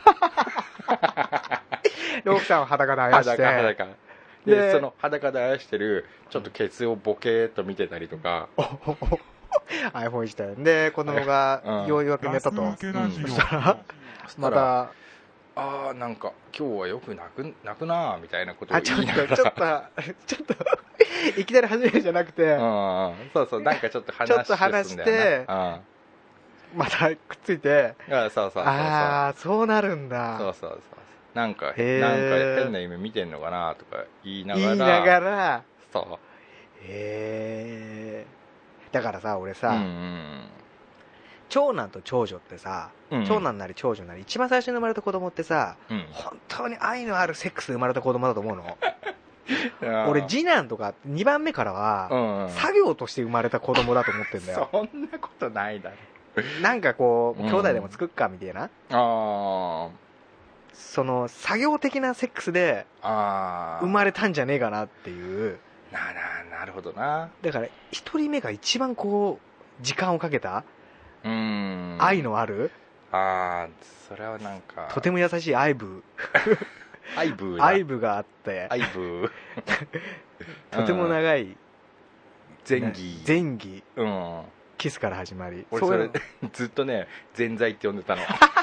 奥さんは裸であやして裸裸で, でその裸であやしてるちょっとケツをボケーっと見てたりとか iPhone してで子供がようやく寝たと、うん、そしたらまたああなんか今日はよく泣く泣くなーみたいなことを言いながらちょっとちょっといきなり始めるんじゃなくて、うん、 そうそうなんかちょっと話ちょっと話してまたくっついてあそうそうそうそうああそうなるんだ。 そうそうそうなんかなんか変な夢見てんのかなとか言いながら言いながらそうへえだからさ俺さ、 うんうん、 長男と長女ってさ、うんうん、長男なり長女なり一番最初に生まれた子供ってさ、うん、本当に愛のあるセックスで生まれた子供だと思うの俺次男とかにばんめからは、うんうん、作業として生まれた子供だと思ってんだよ。 そんなことないだろなんかこう兄弟でも作っかみたいな、うん、 あその作業的なセックスで生まれたんじゃねえかなっていう。 なななるほどな。 だから一人目が一番こう時間をかけたうーん愛のあるああそれはなんかとても優しい愛部愛部愛部があって愛部とても長い前戯前戯、 うん、 キスから始まり俺それずっとね前在って呼んでたの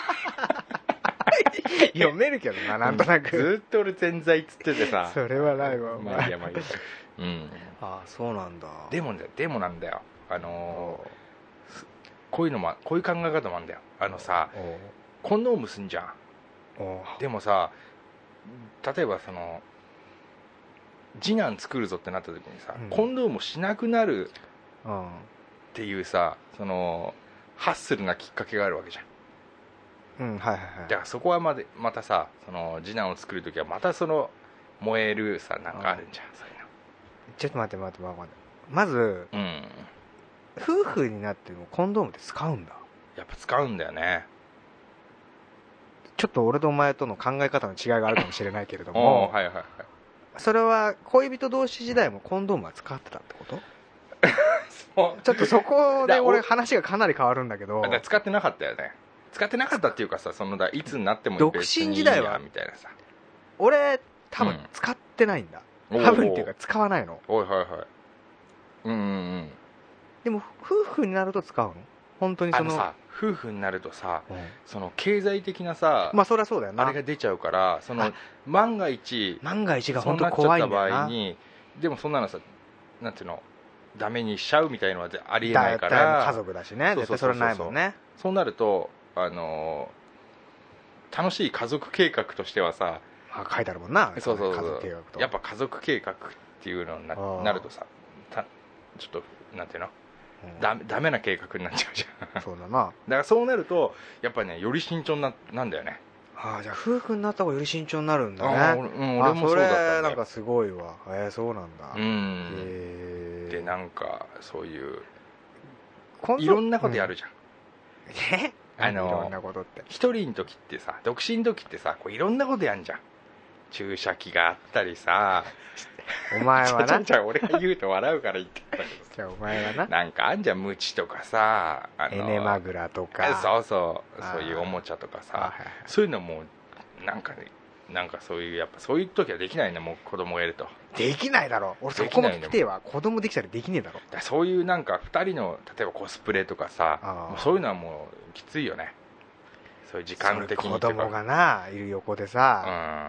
読めるけどななんとなく、 うん、ずっと俺前在っつっててさそれはないわまあいいやまあいいや、うん、 ああそうなんだ。 でもねでもなんだよあのー、こういうのもこういう考え方もあるんだよ。あのさコンドームすんじゃん。でもさ例えばその次男作るぞってなった時にさ、うん、コンドームをしなくなるっていうさそのハッスルなきっかけがあるわけじゃん。 うんはいはいはい。 だからそこはまでまたさその次男を作る時はまたその燃えるさなんかあるんじゃん、うん、そういうの。 ちょっと待って待って待ってまず、うん、夫婦になってもコンドームって使うんだ。 やっぱ使うんだよね。 ちょっと俺とお前との考え方の違いがあるかもしれないけれどもはいはいはい、 それは恋人同士時代もコンドームは使ってたってことちょっとそこで俺話がかなり変わるんだけど。 使ってなかったよね。使ってなかったっていうかさそのだいつになっても独身時代はみたいなさ俺多分使ってないんだ、うん、多分っていうか使わないの。 おいはいはいうんうんうんでも夫婦になると使うの本当にその。あのさ夫婦になるとさ、うん、その経済的なさまあそりゃそうだよなあれが出ちゃうからその万が一万が一が本当怖いんだよな。 そうなっちゃった場合にでもそんなのさなんていうのダメにしちゃうみたいのはありえないから家族だしね絶対それないもんね。 そうなるとあの楽しい家族計画としてはさあ書いてあるもんな。 そうそうそう家族計画とやっぱ家族計画っていうのに な, なるとさたちょっとなんていうのダメ、ダメな計画になっちゃうじゃん。 そうだな。 だからそうなるとやっぱねより慎重 な, なんだよね。 ああじゃあ夫婦になった方がより慎重になるんだね。 あ、うん、俺もそうだったんだよ。 それなんかすごいわ。えー、そうなんだ。 うんへでなんかそういういろんなことやるじゃん、 うん、えあのいろんなことって一人の時ってさ独身の時ってさこういろんなことやんじゃん。注射器があったりさお前はなじゃあ俺が言うと笑うから言ってたけどじゃあお前はななんかあんじゃんムチとかさあのエネマグラとかそうそうそういうおもちゃとかさそういうのもなんかねなんかそういうやっぱそういう時はできないねもう子供がいるとできないだろ俺そこも聞きてえわ子供できたらできねえだろだそういうなんかふたりの例えばコスプレとかさもうそういうのはもうきついよねそういう時間的に子供がないる横でさ、うん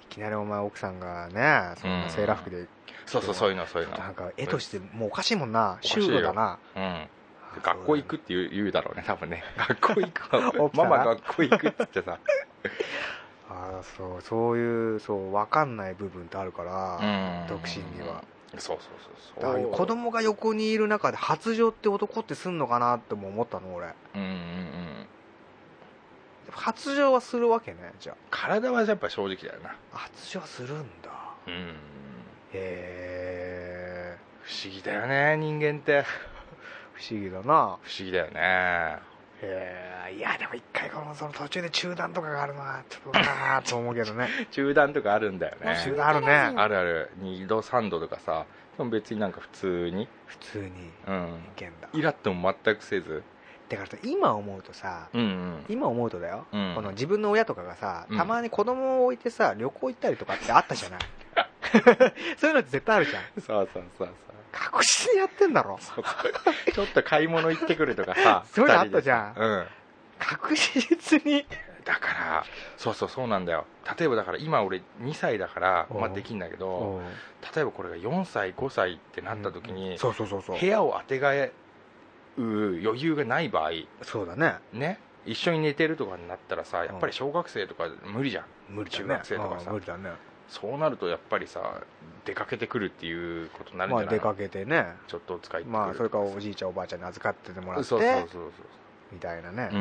きなりお前奥さんがねそんなセーラー服で、うん、 そうそうそういうのそういうのなんか絵としてもうおかしいもんな、シュールだな。 うん、学校行くって言う、言うだろうね多分ね。学校行くママ学校行くって言ってさああそうそういうそう分かんない部分ってあるから、うん、独身には。 そうそうそうそう。 だから子供が横にいる中で発情って男ってすんのかなっても思ったの俺。うんうんうん。発情はするわけね。じゃあ体はやっぱ正直だよな。 発情はするんだ。うん。へえ。不思議だよね人間って。 不思議だな。 不思議だよね。 へえ。いやでも一回このその途中で中断とかがあるのはちょっとなと思うけどね。 中断とかあるんだよね。 中断あるね。 あるある。にどさんどとかさ。でも別になんか普通に普通にいけんだ。 イラッとも全くせず。 だから今思うとさ、うんうん、今思うとだよ、うん、この自分の親とかがさ、たまに子供を置いてさ旅行行ったりとかってあったじゃない。そういうのって絶対あるじゃん。 そうそうそうそう。 確実にやってんだろ。 そうそうちょっと買い物行ってくるとかさそういうのあったじゃん、うん、確実に。 だからそうそうそうなんだよ。例えばだから今俺にさいだから、まあ、できんだけど、例えばこれがよんさいごさいってなった時に、部屋を当てがえう余裕がない場合、 そうだねね、一緒に寝てるとかになったらさ、やっぱり小学生とか無理じゃん、無理だね、中学生とかさ、無理だね。そうなるとやっぱりさ出かけてくるっていうことになるんじゃないの。 まあ出かけてね、 ちょっとお使い行ってくる、 まあそれからおじいちゃんおばあちゃんに預かっててもらって、 そうそうそうそうみたいなね、 うん、うん、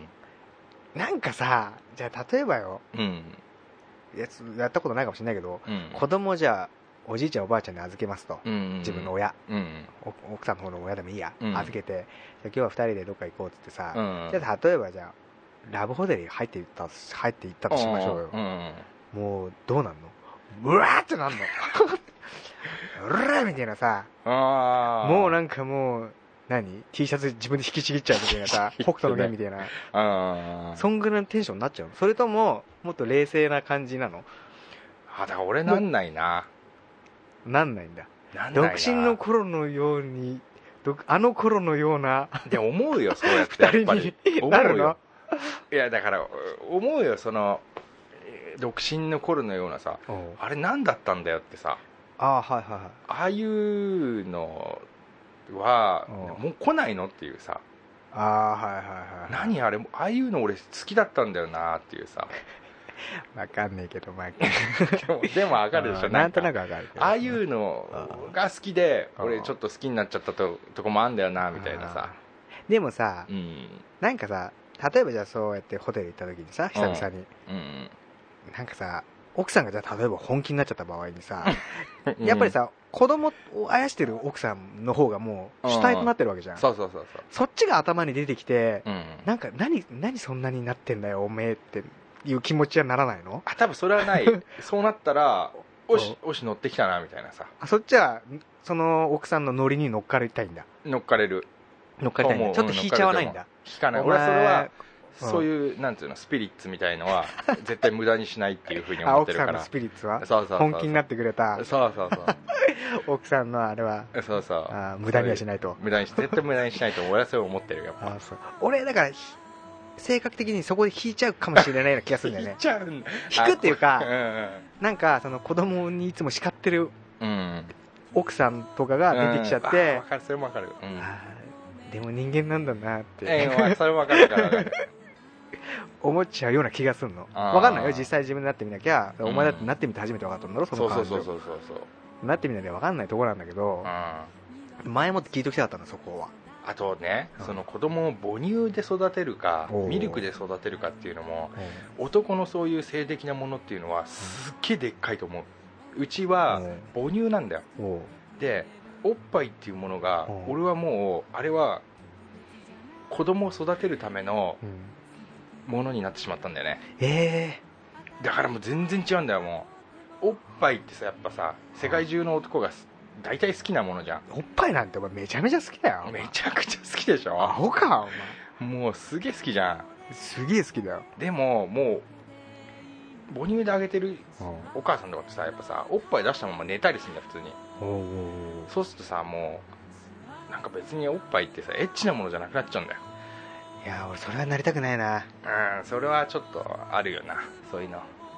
なんかさ、じゃあ例えばよ、うん、や, やったことないかもしれないけど、うん、子供じゃあおじいちゃんおばあちゃんに預けますと、うんうん、自分の親、うんうん、奥さんの方の親でもいいや、うん、預けて、じゃあ今日はふたりでどっか行こうっつってさ、うんうん、じゃあ例えばじゃあラブホテルに入っていった入っていったとしましょうよ、うんうん、もうどうなんの、うわーってなんのうらーみたいなさ、あもうなんかもう何 T シャツ自分で引きちぎっちゃうみたいなさ、北斗の拳みたいな、あそんぐらいのテンションになっちゃうの、それとももっと冷静な感じなの。 あだから俺なんないな、 なんないんだ。独身の頃のように、あの頃のようなで思うよ、そうやってやっぱり思うよ。いやだから思うよ、その独身の頃のようなさ、あれ何だったんだよってさ、 あ、はいはいはい、 ああいうのはもう来ないのっていうさ、 あ、はいはいはい、 何あれ、ああいうの俺好きだったんだよなっていうさわかんねえけど、まあ、 でもでもわかるでしょ、 なんとなくわかるけど、 ああいうのが好きで俺ちょっと好きになっちゃったととこもあんだよなみたいなさ。 でもさ、うん、なんかさ、例えばじゃあそうやってホテル行った時にさ、久々に、うんうん、なんかさ、奥さんがじゃあ例えば本気になっちゃった場合にさ、うん、やっぱりさ、子供をあやしてる奥さんの方がもう主体となってるわけじゃん、うん、 そうそうそうそう、 そっちが頭に出てきて、うん、なんか何何そんなになってんだよおめえっていう気持ちはならないの？ あ、多分それはないそうなったらおしおし乗ってきたなみたいなさ、 あ、そっちはその奥さんのノリに乗っかりたいんだ。 乗っかれる、 乗っかりたいんだ。ちょっと引いちゃわないんだ。 引かない。俺はそれはそういうなんていうの、スピリッツみたいのは絶対無駄にしないっていうふうに思ってるから。 あ、奥さんのスピリッツはそうそうそうそう、 本気になってくれた。 そうそうそう奥さんのあれはそうそう、 あ、無駄にはしないと。 無駄にし絶対無駄にしないと俺はそう思ってるよ。 あ、そう。俺だから性格的にそこで引いちゃうかもしれないような気がするんだよね。 引いちゃうんだ。 引くっていうか、うんうん、なんかその子供にいつも叱ってる奥さんとかが出てきちゃって、うん、 分かる、それも分かる、うん、 あ、でも人間なんだなって、 えー、それも分かる分かる思っちゃうような気がするの。分かんないよ、実際自分でなってみなきゃ、うん、お前だってなってみて初めて分かったんだろ、その感じ。 そうそうそうそうそう、 なってみなきゃ分かんないところなんだけど、うん、前もって聞いときたかったの、そこは。 あとね、その子供を母乳で育てるかミルクで育てるかっていうのも、男のそういう性的なものっていうのはすっげえでっかいと思う。うちは母乳なんだよ。でおっぱいっていうものが、俺はもうあれは子供を育てるためのものになってしまったんだよね。 えー、だからもう全然違うんだよ。もうおっぱいってさ、やっぱさ、世界中の男が大体好きなものじゃん。 おっぱいなんてお前めちゃめちゃ好きだよ。 めちゃくちゃ好きでしょ。 アホかお前。もうすげえ好きじゃん。 すげえ好きだよ。 でももう母乳であげてるお母さんとかってさ、やっぱさ、おっぱい出したまま寝たりするんだよ普通に。おうおうおう。そうするとさ、もうなんか別におっぱいってさエッチなものじゃなくなっちゃうんだよ。 いや俺それはなりたくないな。 うん、それはちょっとあるよな、そういうの。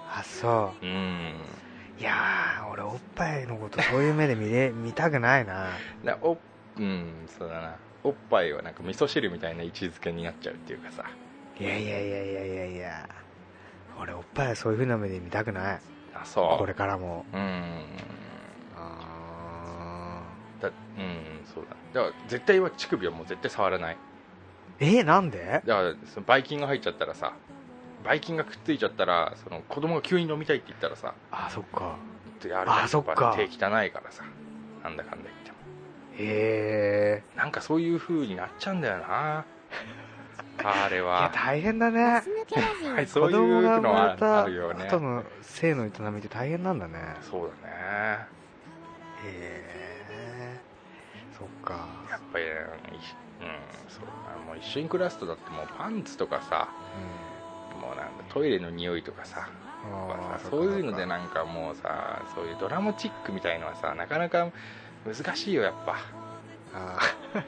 あ、そう。 うん。 いやー、俺おっぱいのことそういう目で見れ見たくないな。 なおうんそうだな、おっぱいはなんか味噌汁みたいな位置づけになっちゃうっていうかさ。 いやいやいやいやいやいや、俺おっぱいはそういう風な目で見たくない。 あ、そう。 これからも。 うん。 あだうんそうだ。だから絶対は乳首はもう絶対触らない。 えー、なんで？ だからそのばい菌が入っちゃったらさ、ばい菌がくっついちゃったら、その子供が急に飲みたいって言ったらさ、 あ、そっか。 やるあ、そっか。 手汚いからさ、なんだかんだ言っても。 へえ。 なんかそういう風になっちゃうんだよな。あれは。 いや大変だね。 はい、そういうのはあるよね。 後の性の営みって大変なんだね。 そうだね。 へえ。そっか。 やっぱり、うん、そうだな。もう一緒に暮らすとだってもうパンツとかさ、うん、もうなんだトイレの匂いとかさ。さそういうのでなんかもうさ、そういうドラマチックみたいのはさ、なかなか難しいよやっぱ。あ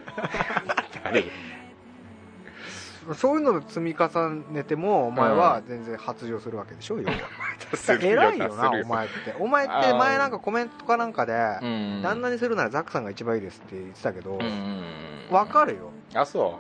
そういうのを積み重ねてもお前は全然発情するわけでしょ、うん、偉いよなお前って。お前って前なんかコメントかなんかで旦那にするならザックさんが一番いいですって言ってたけど、わかるよ。 あ、そう、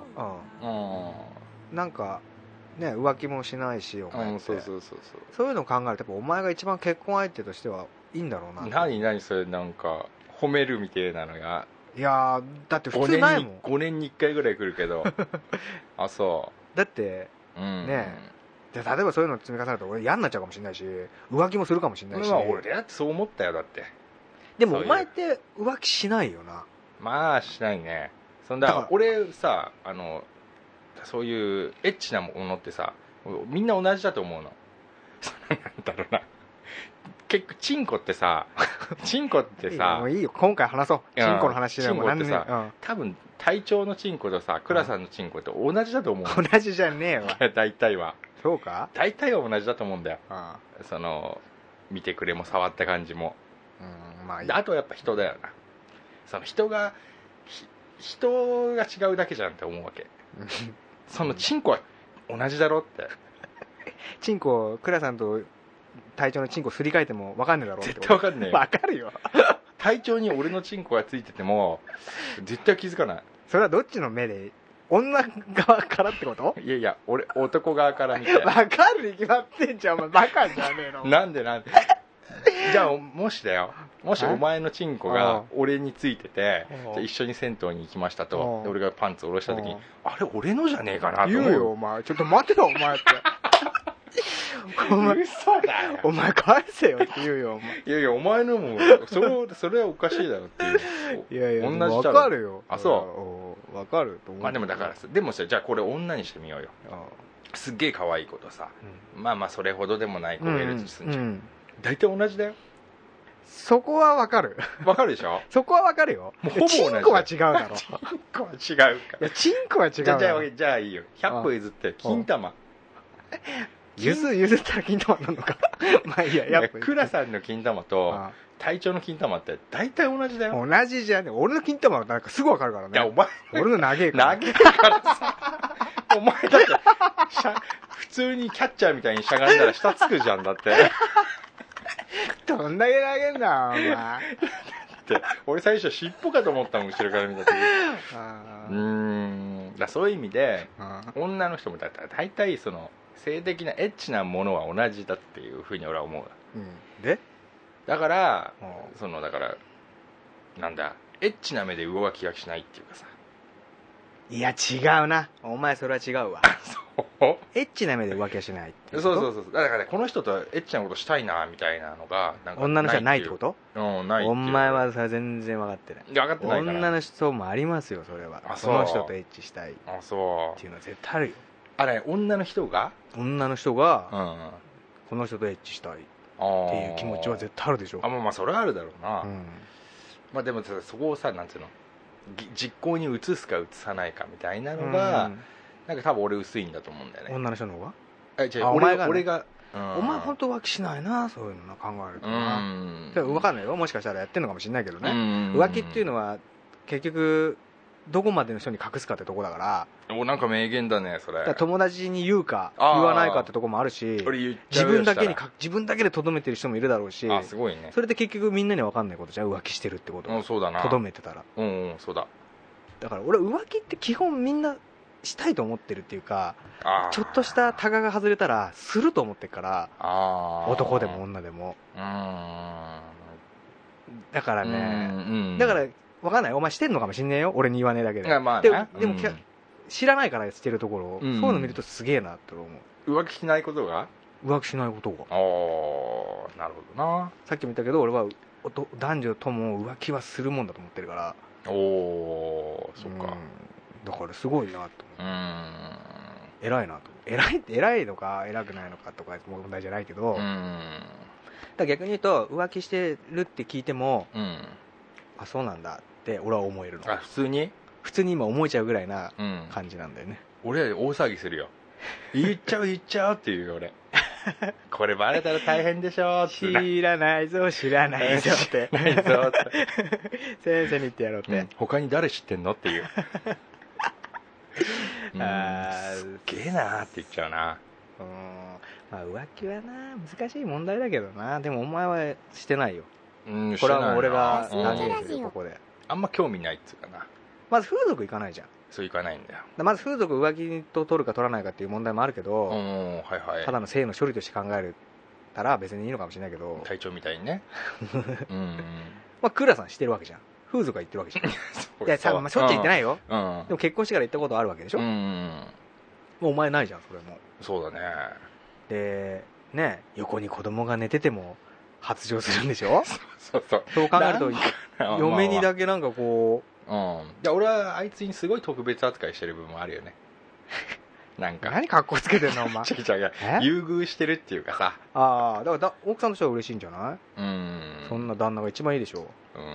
うん、なんかね、浮気もしないしお前って、うん、 そうそうそうそう、 そういうのを考えるとやっぱお前が一番結婚相手としてはいいんだろうな。 何何それ、なんか褒めるみたいなのが。 いやだって普通ないもん。 ごねんにいっかいぐらい来るけどあ、そうだって、うん、ねえ、で例えばそういうの積み重ねると俺嫌になっちゃうかもしれないし、浮気もするかもしれないし、 まあ俺だってそう思ったよ。だってでもお前って浮気しないよな。 まあしないね。そんだから俺さ、あのそういうエッチなものってさみんな同じだと思うのなんだろうな、結構チンコってさチンコってさもういいよ今回話そう。チンコの話でも何でもいい。 多分体調のチンコとさ倉さんのチンコって同じだと思う。 同じじゃねえわ大体は。 そうか。 大体は同じだと思うんだよ。ああ、その見てくれも触った感じも。うん、まあいい。あとやっぱ人だよな。その人が人が違うだけじゃんって思うわけそのチンコは同じだろってチンコ倉さんと体調のチンコすり替えても分かんねえだろって。 絶対分かんねえよ。 分かるよ体調に俺のチンコがついてても絶対気づかない。 それはどっちの目で、女側からってこと？ いやいや俺男側から見て分かるに決まってんじゃんお前バカじゃねえのなんでなんでじゃあもしだよ、もしお前のチンコが俺についてて一緒に銭湯に行きましたと、で俺がパンツ下ろした時にあれ俺のじゃねえかなと思う。 言うよお前。ちょっと待てよお前ってお前嘘だよお前返せよって言うよお前。 いやいやお前のもそれそれはおかしいだろっていう。 いやいや同じ分かるよ。 あ、そう分かると思う。 まあでもだからさ、でもさ、じゃあこれ女にしてみようよ。すっげえ可愛い子とさ、うん、まあまあそれほどでもない子がいるとすんじゃん、うんうん、大体同じだよ。そこはわかる。 わかるでしょ。 そこはわかるよ。 もうほぼ同じ。 チンコは違うだろ。 チンコは違うか。いやチンコは違う。 じゃあじゃあじゃあいいよ。ひゃっぽ譲って金玉。 譲譲ったら金玉なのか。まあいいや。 やっぱクラさんの金玉と隊長の金玉って大体同じだよ。 同じじゃね。俺の金玉はなんかすぐわかるからね。 いやお前俺の長えから。 長えからさ。お前だって普通にキャッチャーみたいにしゃがんだら下つくじゃんだって。 どんだけ投げんだお前って俺最初尻尾かと思ったもん後ろから見た時。うーんだそういう意味で女の人もだったら大体その性的なエッチなものは同じだっていうふうに俺は思う、 うん、でだからそのだからなんだエッチな目で上書きがしないっていうかさ。 いや違うなお前それは違うわ。 そうエッチな目で浮気はしないっていうそうそうそうだからねこの人とエッチなことしたいなみたいなのがなんか女の人はないってこと？ うんないっていう。 お前はさ全然分かってない。 分かってないから女の人もありますよそれは。あそうその人とエッチしたいあそうっていうのは絶対あるよ。あれ女の人が女の人が、うん、この人とエッチしたいっていう気持ちは絶対あるでしょ。 あまあまあそれはあるだろうな、うん、まあでもそこをさなんつうの実行に移すか移さないかみたいなのが、うん、なんか多分俺薄いんだと思うんだよね。 女の人の方がえ違うあ俺が、ね、俺が、 うん、お前本当浮気しないなそういうのな考えるとな、うん、分かんないよもしかしたらやってるのかもしれないけどね、うん、浮気っていうのは結局どこまでの人に隠すかってとこだから。 お、なんか名言だねそれ。 だから友達に言うか言わないかってとこもあるし、自分だけに自分だけでとどめてる人もいるだろうし。 あ、すごいね。 それで結局みんなに分かんないことじゃ浮気してるってこと。 うん、そうだな。 とどめてたら。 うん、うん、そうだ。 だから俺浮気って基本みんなしたいと思ってるっていうか、ちょっとしたタガが外れたらすると思ってるから。あ、男でも女でも。うん。だからね、うん、だから分かんない、お前してんのかもしんねえよ、俺に言わねえだけで。まあね、で, でも、うん、知らないからしてるところ、うん、そういうの見るとすげえなって思う。 浮気しないことが浮気しないことが。 ああ、なるほどな。 さっきも言ったけど俺は男女とも浮気はするもんだと思ってるから。 おお、そっか、 うん、だからすごいなと思って。うん、偉いなと。偉いって偉いのか偉くないのかとか問題じゃないけど、うん、だ逆に言うと浮気してるって聞いても、うん、あ、そうなんだって俺は思えるの。 あ、普通に普通に今思えちゃうぐらいな感じなんだよね、 うん、俺大騒ぎするよ。言っちゃう言っちゃうっていうよ俺。これバレたら大変でしょって。 知らないぞ知らないぞってないぞって先生に言ってやろうって、うん、 他に誰知ってんのっていう。うん、あ、すっげえなーって言っちゃうな。 うん、まあ浮気はな難しい問題だけどな。でもお前はしてないよ。うん、これはもう俺が断言するよ、ここで。 あんま興味ないっつうかな。 まず風俗行かないじゃん。 そう行かないんだよ。 まず風俗浮気と取るか取らないかっていう問題もあるけど、うん、はいはい、ただの性の処理として考えるたら別にいいのかもしれないけど、 隊長みたいにね。うん、 まあクラさんしてるわけじゃん。風俗は行ってるわけじゃん。いや多分まあしょっちゅう行ってないよ、うん、でも結婚してから行ったことあるわけでしょ、うん、もうお前ないじゃんそれも。 そうだね。 でね、横に子供が寝てても発情するんでしょ。そうそう、そう考えると嫁にだけなんかこう、うん、 いや俺はあいつにすごい特別扱いしてる部分もあるよね。なんか何格好つけてんのお前。 違う違う、優遇してるっていうかさ。 ああ、だからだ奥さんとしては嬉しいんじゃない。うん、そんな旦那が一番いいでしょう。うん、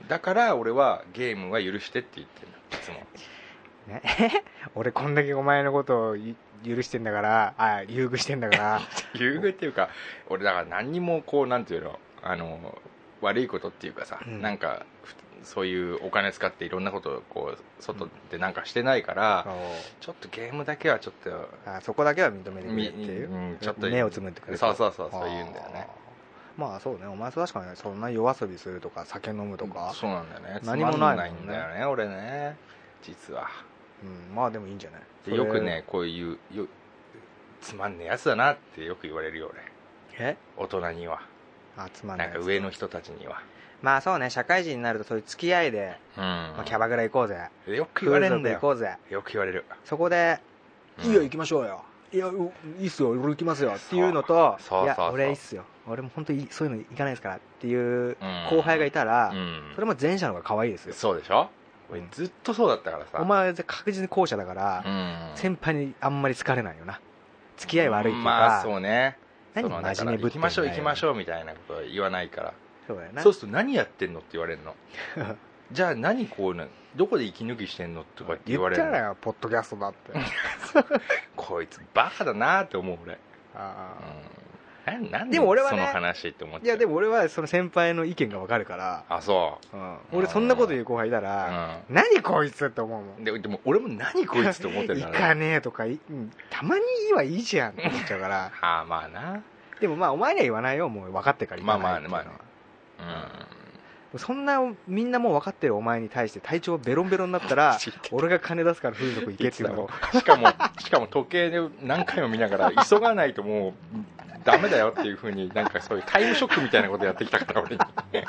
だから俺はゲームは許してって言ってるいつも。 ね、俺こんだけお前のことを許してんだから、あ、優遇してんだから優遇っていうか俺だから何にもこうなんていうの、あの悪いことっていうかさ、うん、なんかそういうお金使っていろんなことをこう外でなんかしてないから、うん、ちょっとゲームだけはちょっと、 あ、そこだけは認めてくれっていう、うん、ちょっと目をつむってくれ。 そうそうそうそう言うんだよね。 まあそうね、お前確かにそんな夜遊びするとか酒飲むとか、 うん、そうなんだよね。 何もないんだよね俺ね実は。 うん、まあでもいいんじゃない。 よくねこういうよつまんねえやつだなってよく言われるよ俺。え、大人には。あ、つまんないやつ。なんか上の人たちには。まあそうね、社会人になるとそういう付き合いで、うん、まあ、キャバクラ行こうぜ、 よく言われるんだよ。 行こうぜ、 よく言われる。 そこで、うん、いいよ行きましょうよ、いやいいっすよ俺行きますよっていうのと、そうそうそう、いや俺いいっすよ俺も本当にそういうの行かないですからっていう後輩がいたら、うん、それも前者の方が可愛いですよ。 そうでしょ。俺ずっとそうだったからさ。 お前は確実に後者だから、うん、先輩にあんまり好かれないよな。付き合い悪いっていうか、 まあそうね、 何真面目ぶってんだよ。 行きましょう行きましょうみたいなことは言わないから。 そうだよな。 そうすると何やってんのって言われるの。じゃあ何こうなどこで息抜きしてんのとかって言われるの。 言ったらよポッドキャストだってこいつバカだなって思う俺。あ、うん、ななんでその話って思っちゃう。 いやでも俺はその先輩の意見が分かるから。 あ、そう、 うん、俺そんなこと言う後輩いたら、うん、何こいつって思うもん。 で, でも俺も何こいつって思ってるから、 ね、行かねえとかたまにいいはいいじゃんって思っちゃうからああまあな。 でもまあお前には言わないよ、もう分かってから言わないっていうのは。まあまあまあ、うん、そんなみんなもう分かってるお前に対して体調ベロンベロンになったら俺が金出すから風俗行けっていうの。 しかもしかも時計で何回も見ながら急がないともうダメだよっていう風になんかそういうタイムショックみたいなことやってきたから俺に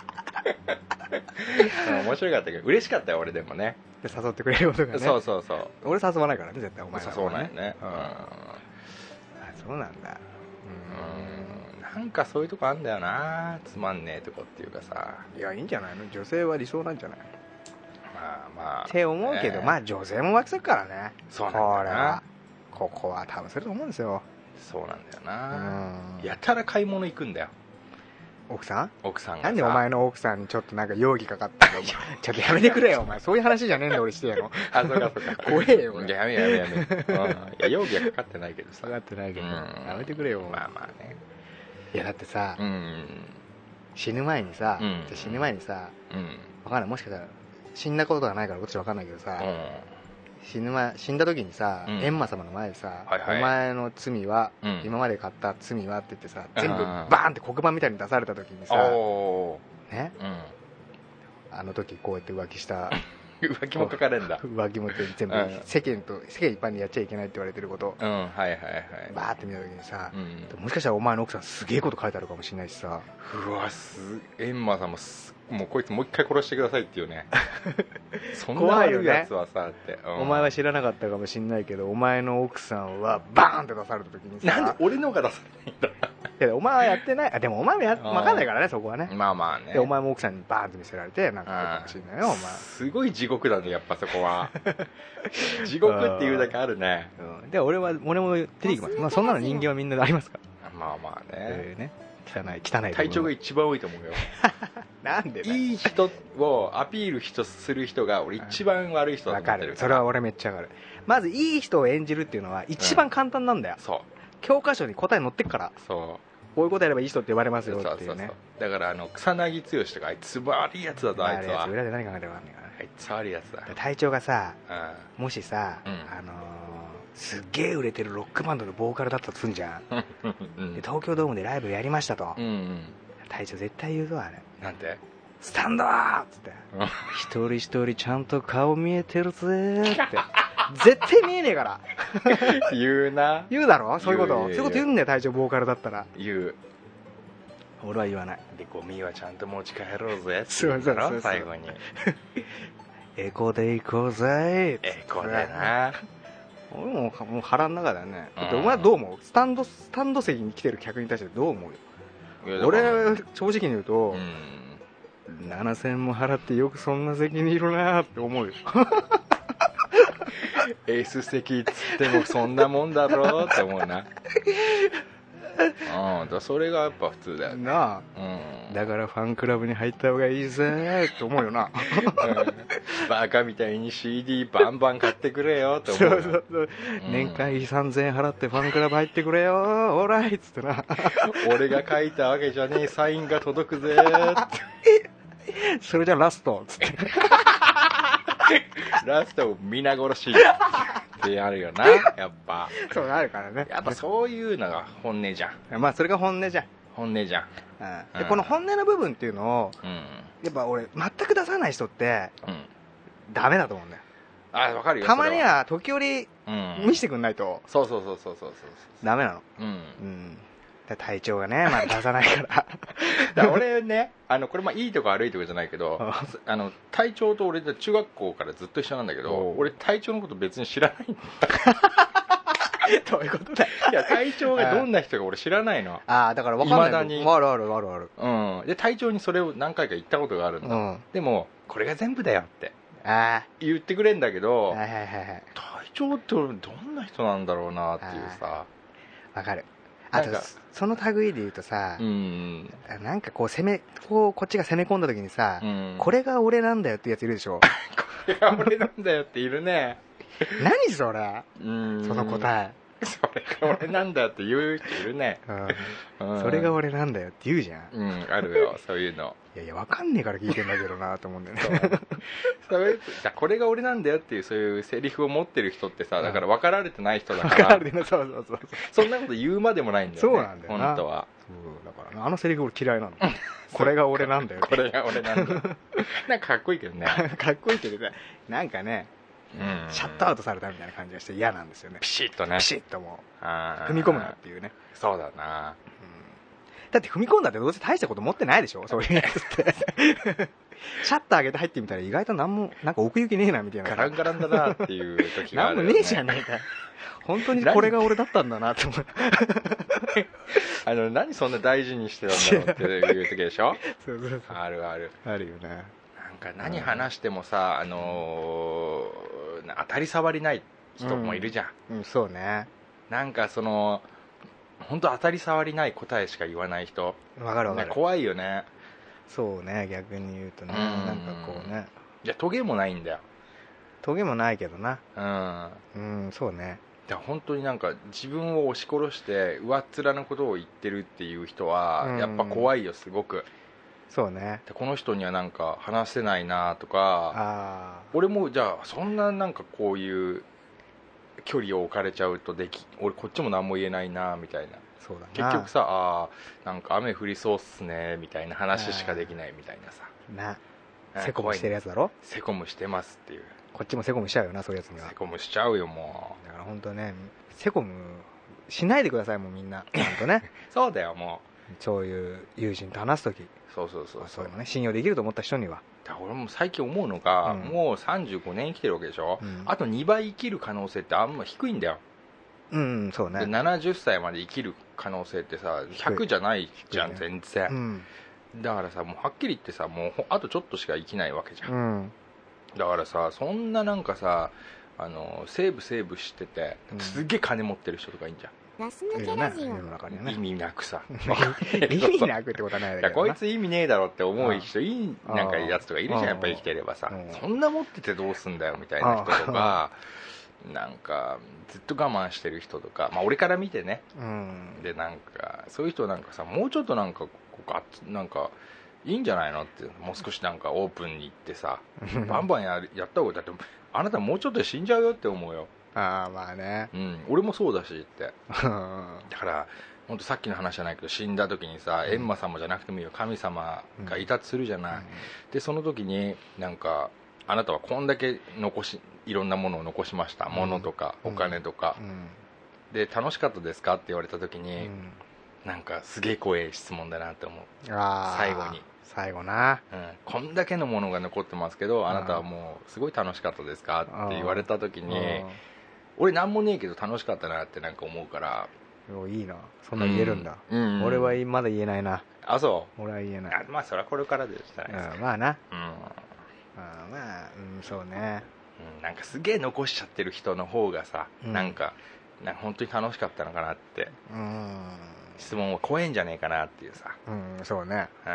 面白かったけど嬉しかったよ俺。でもね、 で誘ってくれることがね。 そうそうそう、 俺誘わないからね絶対お前は、ね、 誘わないよね、うん、 あ、そうなんだ。 うん、なんかそういうとこあんだよな、つまんねえとこっていうかさ。 いやいいんじゃないの、女性は理想なんじゃない。 まあまあって思うけど、ね、まあ女性も浮気するからね。 そうなんだよな、これはここは多分すると思うんですよ。 そうなんだよな、うん、やたら買い物行くんだよ奥さん。 奥さんがなんでお前の奥さんにちょっとなんか容疑かかったのちょっとやめてくれよお前、そういう話じゃねえんだ俺してやのあ、そうかそうか怖えよ俺。 やめやめやめ、うん、いや容疑はかかってないけどさ。 かかってないけど、うん、やめてくれよ。 まあまあね。 いやだってさ、うん、死ぬ前にさ、うん、死ぬ前にさ、うん、分かんない、もしかしたら死んだことがないからこっちわかんないけどさ、うん、死ぬ前死んだ時にさ、うん、閻魔様の前でさ、はいはい、お前の罪は、うん、今まで買った罪はって言ってさ、全部バーンって黒板みたいに出された時にさ、ね、うん、あの時こうやって浮気した浮気も書かれるんだ。 浮気も全部世間と世間一般にやっちゃいけないって言われてること、 うん、はいはいはい、 バーって見た時にさ、うん、もしかしたらお前の奥さんすげえこと書いてあるかもしれないしさ、 うわす閻魔さんもすもうこいつもう一回殺してくださいっていうねそんな悪いやつはさって、 うん、お前は知らなかったかもしれないけどお前の奥さんはバーンって出された時にさ、なんで俺のが出さないんだいやお前はやってない。あでもお前もや分かんないからねそこはね。 まあまあね。 でお前も奥さんにバーンって見せられてなんかあるかもしれないよお前。 すごい地獄だねやっぱそこは地獄っていうだけあるね、 うん、で俺は俺も出ていきます。まあそんなの人間はみんなありますから。 まあまあね、えー、ね汚い汚い体調が一番多いと思うよなんでいい人をアピール人する人が俺一番悪い人だと思ってるから。 それは俺めっちゃわかる。まずいい人を演じるっていうのは一番簡単なんだよ、うん、そう教科書に答え載ってっから。そうこういうことやればいい人って言われますよっていうね。そうそうそうだからあの草薙剛とかあいつ悪いやつだぞ。あいつは裏で何考えてるか分かんないからあいつ悪いやつだ。 隊長がさ、うん、もしさ、うん、あのー、すっげえ売れてるロックバンドのボーカルだったとすんじゃん、うん、で東京ドームでライブやりましたと、うんうん、隊長絶対言うぞあれ。 なんてスタンドーっつって一人一人ちゃんと顔見えてるぜーって絶対見えねえから言うな。 言うだろそういうことそういうこと言うんだよ隊長ボーカルだったら。 言う。 俺は言わない。 でゴミはちゃんと持ち帰ろうぜって言うんだろ最後にエコで行こうぜエコでな俺ももう腹の中だよね、うん、だってお前どう思うスタンドスタンド席に来てる客に対してどう思うよ。俺正直に言うと、うん、ななせんえんも払ってよくそんな席にいるなって思うよエース席っつってもそんなもんだろって思うなうん、だそれがやっぱ普通だよ、ね、 なあ、うん、だからファンクラブに入った方がいいぜって思うよな、 うん、バカみたいに シーディー バンバン買ってくれよって思うよ。そうそうそう、 うん、年会費さんぜんえん払ってファンクラブ入ってくれよオーライっつってな俺が書いたわけじゃねえサインが届くぜってそれじゃラストっつってラストを皆殺しってやるよなやっぱ。 そうなるからね。 やっぱそういうのが本音じゃん。まあそれが本音じゃん。 本音じゃん、 うん、でこの本音の部分っていうのを、うん、やっぱ俺全く出さない人って、うん、ダメだと思うんだよ。 あ、分かるよ。 たまには時折、うん、見せてくんないとそうそうそうそうそうそうダメなの。うん、うん体調がねまだ出さないからだから俺ねあのこれまあいいとか悪いとかじゃないけどあの体調と俺中学校からずっと一緒なんだけど俺体調のこと別に知らないんだどういうことだよ。 いや体調がどんな人か俺知らないの。 ああだから分かんない。未だにあるあるあるある、 うん、で体調にそれを何回か言ったことがあるんだ、うん、でもこれが全部だよってあ言ってくれんだけど、はいはいはいはい、体調って俺どんな人なんだろうなっていうさ。 分かる。あとその類で言うとさ、うん、なんかこう攻めこうこっちが攻め込んだ時にさ、うん、これが俺なんだよってやついるでしょこれが俺なんだよっているね何それうんその答えそれが俺なんだよって言う人いるね、 うんうん、それが俺なんだよって言うじゃん。 うんあるよそういうの。 いやいや分かんねえから聞いてんだけどなと思うんだよねそれこれが俺なんだよっていうそういうセリフを持ってる人ってさだから分かられてない人だから分かられてないそうそうそうそんなこと言うまでもないんだよね。 そうなんだよな本当は。そうだからあのセリフ俺嫌いなんだよこれが俺なんだよこれが俺なんだよなんかかっこいいけどねかっこいいけどねなんかねうんシャットアウトされたみたいな感じがして嫌なんですよね。 ピシッとねピシッともう踏み込むなっていうね。 そうだな、 うん、だって踏み込んだってどうせ大したこと持ってないでしょそういうやつってシャッター上げて入ってみたら意外と何もなんか奥行きねえなみたいなガランガランだなっていう時があるよね何もねえじゃないか本当にこれが俺だったんだなって思うあの何そんな大事にしてたんだろうっていう時でしょそうそうそうあるあるあるよね。 なんか何話してもさ、あのー、当たり障りない人もいるじゃん、 うんうん、そうね。 なんかその本当当たり障りない答えしか言わない人わかるわかる、 ね、怖いよね。 そうね逆に言うとね、うん、なんかこうねいやトゲもないんだよ。 トゲもないけどなうん、 うん、そうね。 だから本当になんか自分を押し殺して上っ面のことを言ってるっていう人はやっぱ怖いよすごく。 そうね。 でこの人にはなんか話せないなとか、 あ俺もじゃあそんななんかこういう距離を置かれちゃうとでき俺こっちも何も言えないなみたいな。 そうだな。 結局さ、あなんか雨降りそうっすねみたいな話しかできないみたいなさ、 なセコムしてるやつだろ。 セコムしてますっていう。 こっちもセコムしちゃうよな、そういうやつには。 セコムしちゃうよもう。だから本当ね、セコムしないでくださいもうみんな。本当ね。 そうだよもう。そういう友人と話すとき。 そうそうそうそういうのね、信用できると思った人には。 だから俺も最近思うのが、うん、もうさんじゅうごねん生きてるわけでしょ、うん、あとにばい生きる可能性ってあんま低いんだよ。 うん、そうね。 でななじゅっさいまで生きる可能性ってさひゃくじゃないじゃん、ね、全然、うん、だからさもうはっきり言ってさもうあとちょっとしか生きないわけじゃん、うん、だからさそんななんかさあのセーブセーブしててすげえ金持ってる人とかいいんじゃん。 ガス抜けラジオ、 ね、意味なくさ意味なくってことはないだけどな。 こいつ意味ねえだろって思う人いいなんかやつとかいるじゃん、やっぱり生きてればさ、そんな持っててどうすんだよみたいな人とかなんかずっと我慢してる人とか、まあ俺から見てね、うん、でなんかそういう人なんかさもうちょっとなんかこうガッなんかいいんじゃないのって、もう少しなんかオープンに行ってさバンバン や, やった方がだってあなたもうちょっとで死んじゃうよって思うよ。 ああまあね、 うん、俺もそうだしってだから本当さっきの話じゃないけど死んだ時にさ、うん、閻魔様じゃなくてもいいよ神様がいたとするじゃない、うん、でその時になんかあなたはこんだけ残しいろんなものを残しました、うん、物とかお金とか、うん、で楽しかったですかって言われた時に、うん、なんかすげえ怖い質問だなって思う。あ最後に最後な、 うん、こんだけのものが残ってますけどあなたはもうすごい楽しかったですかって言われた時に俺なんもねえけど楽しかったなってなんか思うから。 いいなそんな言えるんだ、うんうんうん、俺はまだ言えないな。 あそう俺は言えない。 あまあそれはこれからでしたね、 うん、まあな、うん、あまあ、うん、そうね、 うん、なんかすげえ残しちゃってる人の方がさ、うん、なんかなんか本当に楽しかったのかなって、うん、質問は怖いんじゃねえかなっていうさ、 うん、そうね、うん、うん、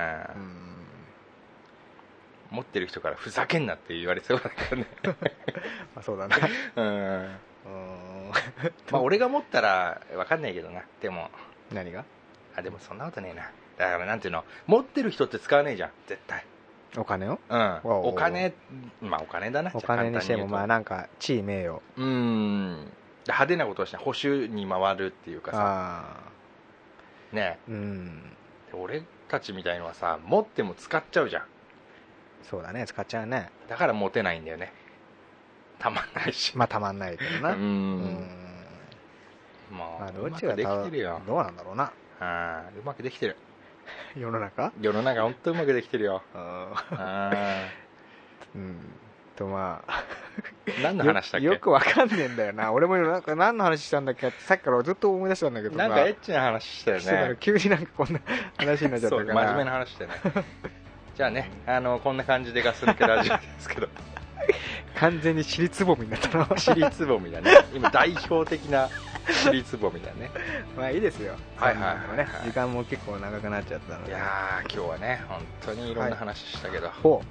持ってる人からふざけんなって言われそうだけどねまあそうだな、うんまあ俺が持ったら分かんないけどな。でも何があでもそんなことねえな。だからなんていうの持ってる人って使わねえじゃん絶対お金を、 うん、お金まあお金だな。 お金にしてもまあなんか地位名誉うん派手なことをしない保守に回るっていうかさねえ、うん、で俺たちみたいのはさ持っても使っちゃうじゃん。 そうだね使っちゃうね。 だから持てないんだよね。たまんないしまあたまんないけどな。うんうんまあどっちができてるよ。どうなんだろうな。 あうまくできてる世の中世の中本当うまくできてるよ。あうんとまあ何の話したっけよ, よくわかんねえんだよな俺もなんか何の話したんだっけってさっきからずっと思い出したんだけどなんかエッチな話したよね。 急になんかこんな話になっちゃったからそう真面目な話してねじゃあねあのこんな感じでガス抜けラジオですけど完全に尻つぼみになったの尻つぼみだね今代表的な尻つぼみだねまあいいですよ。 はいはいはい、はい、 時間も結構長くなっちゃったので。 いやー今日はね本当にいろんな話したけど、はい、 ほ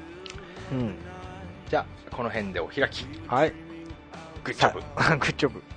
う、うん、 じゃあこの辺でお開き。 はいグッジョブグッジョブ